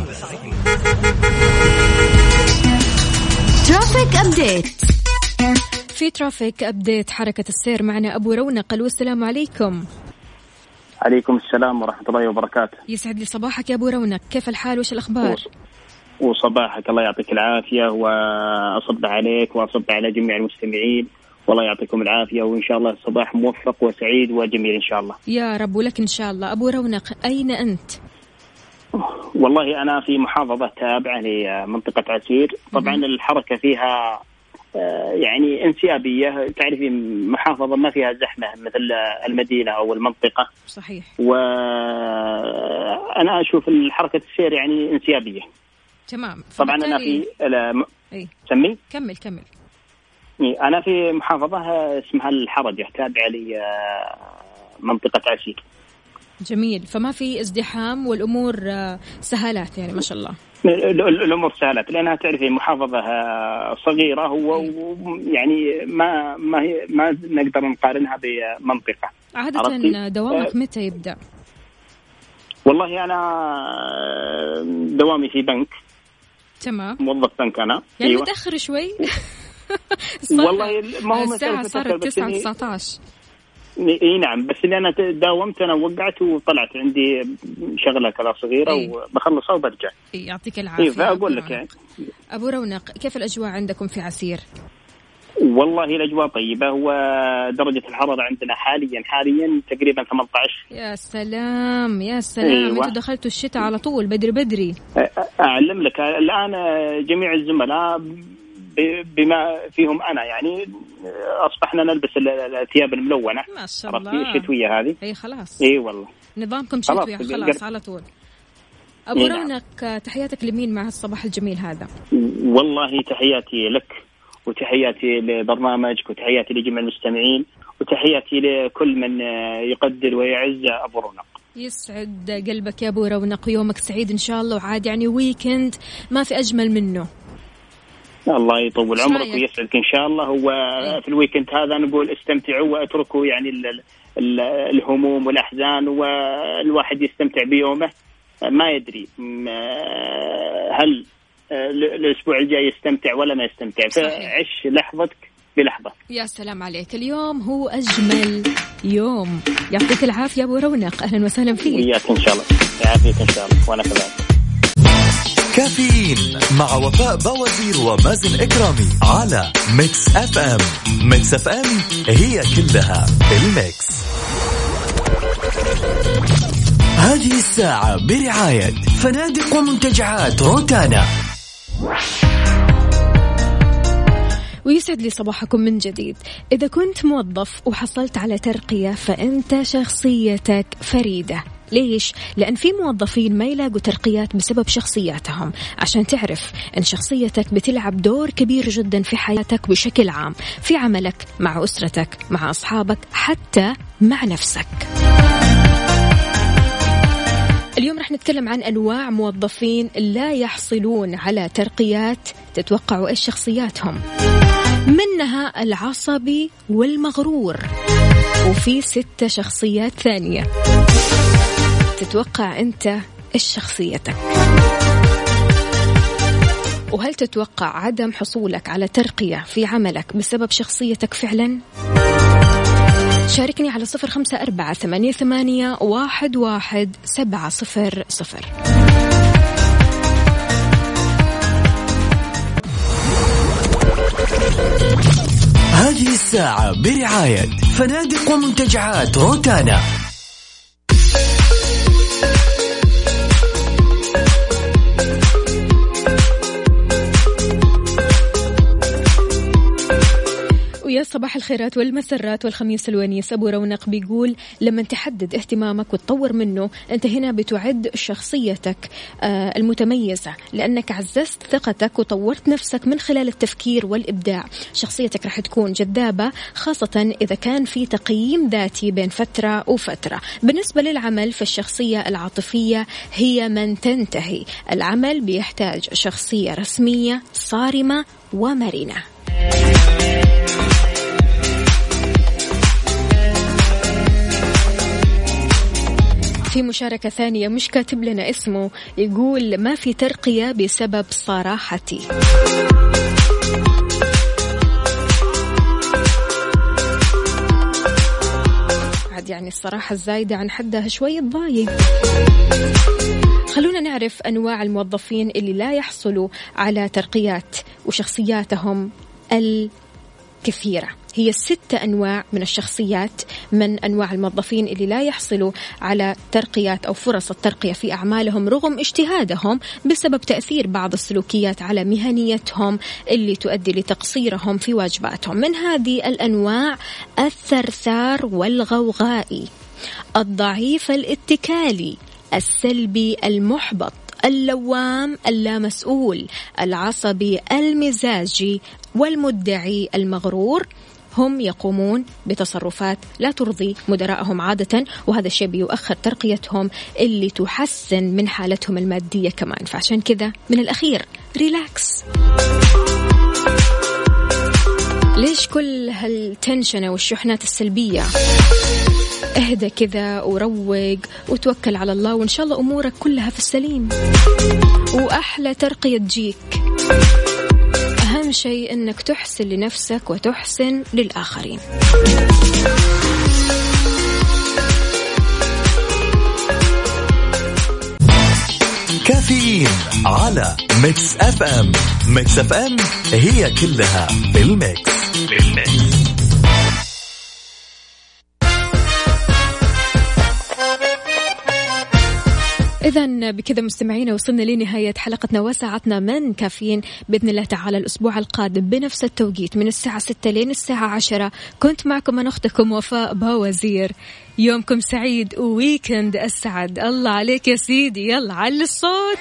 [SPEAKER 2] ترافيك أبديت.
[SPEAKER 6] في ترافيك أبديت حركة السير معنا أبو رونق. السلام عليكم.
[SPEAKER 12] عليكم السلام ورحمة الله وبركاته.
[SPEAKER 6] يسعد لي صباحك يا أبو رونق، كيف الحال وش الأخبار؟
[SPEAKER 12] وصباحك الله يعطيك العافية، وأصب عليك وأصب على جميع المستمعين، والله يعطيكم العافية، وإن شاء الله صباح موفق وسعيد وجميل إن شاء الله.
[SPEAKER 6] يا رب ولك إن شاء الله. أبو رونق، أين أنت؟
[SPEAKER 12] والله أنا في محافظة تابعة لمنطقة عسير. طبعا الحركة فيها يعني انسيابية، تعرفي محافظة ما فيها زحمة مثل المدينة أو المنطقة.
[SPEAKER 6] صحيح.
[SPEAKER 12] وأنا أشوف الحركة السير يعني انسيابية.
[SPEAKER 6] تمام.
[SPEAKER 12] طبعا أنا في سمي
[SPEAKER 6] كمل.
[SPEAKER 12] أنا في محافظة اسمها الحرجة تابعة لمنطقة عسير.
[SPEAKER 6] جميل. فما في ازدحام والأمور سهلات يعني ما شاء الله.
[SPEAKER 12] الأمور سهلات لأنها تعرفي محافظة صغيرة، هو يعني ما نقدر نقارنها بمنطقة.
[SPEAKER 6] عادة دوامك متى يبدأ؟
[SPEAKER 12] والله أنا دوامي في بنك.
[SPEAKER 6] تمام.
[SPEAKER 12] موظف بنك أنا.
[SPEAKER 6] يعني أيوة. متأخر شوي.
[SPEAKER 12] والله ما هو
[SPEAKER 6] الساعة صارت 9:19.
[SPEAKER 12] اي نعم، بس اللي انا داومت انا وقعت وطلعت عندي شغله كذا صغيره وبخلصها وبرجع.
[SPEAKER 6] يعطيك العافيه.
[SPEAKER 12] فاقول لك يعني
[SPEAKER 6] ابو رونق، كيف الاجواء عندكم في عسير؟
[SPEAKER 12] والله الاجواء طيبه، ودرجه الحراره عندنا حاليا تقريبا 18.
[SPEAKER 6] يا سلام يا سلام. أيوة. انتوا دخلتوا الشتاء على طول بدري.
[SPEAKER 12] اعلم لك الان جميع الزملاء بما فيهم أنا يعني أصبحنا نلبس الثياب الملونة.
[SPEAKER 6] ما شاء الله.
[SPEAKER 12] الشتوية هذه.
[SPEAKER 6] أي خلاص.
[SPEAKER 12] إيه والله.
[SPEAKER 6] نظامكم شتوي خلاص على طول. أبو رونق، تحياتك لمين مع الصباح الجميل هذا؟
[SPEAKER 12] والله تحياتي لك، وتحياتي لبرنامجك، وتحياتي لجميع المستمعين، وتحياتي لكل من يقدر ويعز أبو رونق.
[SPEAKER 6] يسعد قلبك يا أبو رونق، يومك سعيد إن شاء الله، وعاد يعني ويكند ما في أجمل منه.
[SPEAKER 12] الله يطول عمرك ويسعدك إن شاء الله. هو في الويكند هذا نقول استمتعوا واتركوا يعني الهموم والأحزان، والواحد يستمتع بيومه. ما يدري هل الأسبوع الجاي يستمتع ولا ما يستمتع، فعش لحظتك بلحظة.
[SPEAKER 6] يا سلام عليك، اليوم هو أجمل يوم. يعطيك العافية أبو رونق، أهلا وسهلا فيك.
[SPEAKER 12] وياك إن شاء الله. يعافيك إن شاء الله، وأنا كذلك.
[SPEAKER 10] كافيين مع وفاء بوازير ومازن إكرامي على ميكس اف ام. ميكس اف ام هي كلها الميكس.
[SPEAKER 3] هذه الساعة برعاية فنادق ومنتجعات روتانا.
[SPEAKER 6] ويسعد لي صباحكم من جديد. إذا كنت موظف وحصلت على ترقية فأنت شخصيتك فريدة. ليش؟ لأن في موظفين ما يلاقوا ترقيات بسبب شخصياتهم. عشان تعرف أن شخصيتك بتلعب دور كبير جدا في حياتك بشكل عام، في عملك، مع أسرتك، مع أصحابك، حتى مع نفسك. اليوم رح نتكلم عن أنواع موظفين لا يحصلون على ترقيات. تتوقعوا إيش شخصياتهم؟ منها العصبي والمغرور، وفي 6 شخصيات ثانية. تتوقع أنت إيش شخصيتك؟ وهل تتوقع عدم حصولك على ترقية في عملك بسبب شخصيتك فعلا؟ شاركني على 0548811700.
[SPEAKER 3] هذه الساعة برعاية فنادق ومنتجعات روتانا.
[SPEAKER 6] ويا صباح الخيرات والمسرات والخميس الونيس. أبو رونق بيقول لما تحدد اهتمامك وتطور منه أنت هنا بتعد شخصيتك المتميزة، لأنك عززت ثقتك وطورت نفسك من خلال التفكير والإبداع. شخصيتك رح تكون جذابة خاصة إذا كان في تقييم ذاتي بين فترة وفترة. بالنسبة للعمل فالشخصية العاطفية هي من تنتهي. العمل بيحتاج شخصية رسمية صارمة ومرنة. في مشاركة ثانية مش كاتب لنا اسمه، يقول ما في ترقية بسبب صراحتي. عاد يعني الصراحة الزايدة عن حدها شوية ضايق. خلونا نعرف أنواع الموظفين اللي لا يحصلوا على ترقيات وشخصياتهم الكثيرة. هي 6 أنواع من الشخصيات من أنواع الموظفين اللي لا يحصلوا على ترقيات أو فرص الترقية في أعمالهم رغم اجتهادهم بسبب تأثير بعض السلوكيات على مهنيتهم اللي تؤدي لتقصيرهم في واجباتهم. من هذه الأنواع الثرثار والغوغائي، الضعيف الاتكالي، السلبي المحبط، اللوام اللامسؤول، العصبي المزاجي، والمدعي المغرور. هم يقومون بتصرفات لا ترضي مدراءهم عادة، وهذا الشيء بيؤخر ترقيتهم اللي تحسن من حالتهم المادية كمان. فعشان كذا من الأخير ريلاكس. ليش كل هالتنشنة والشحنات السلبية؟ اهدى كذا وروق وتوكل على الله، وإن شاء الله أمورك كلها في السليم وأحلى ترقية تجيك. أهم شيء أنك تحسن لنفسك وتحسن للآخرين.
[SPEAKER 10] كافيين على ميكس اف ام. ميكس اف ام هي كلها بالميكس.
[SPEAKER 6] إذن بكذا مستمعينا وصلنا لنهاية حلقتنا وساعتنا من كافيين. بإذن الله تعالى الأسبوع القادم بنفس التوقيت من الساعة 6 لين الساعة 10 كنت معكم من أختكم وفاء باوزير. يومكم سعيد وويكند أسعد. الله عليك يا سيدي. يلا على الصوت.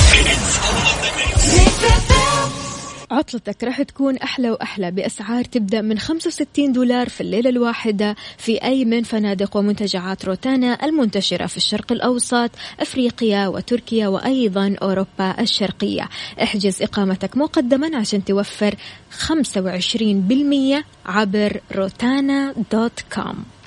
[SPEAKER 6] عطلتك راح تكون أحلى وأحلى بأسعار تبدأ من $65 في الليلة الواحدة في أي من فنادق ومنتجعات روتانا المنتشرة في الشرق الأوسط، أفريقيا وتركيا وأيضا أوروبا الشرقية. احجز إقامتك مقدما عشان توفر 25% عبر rotana.com.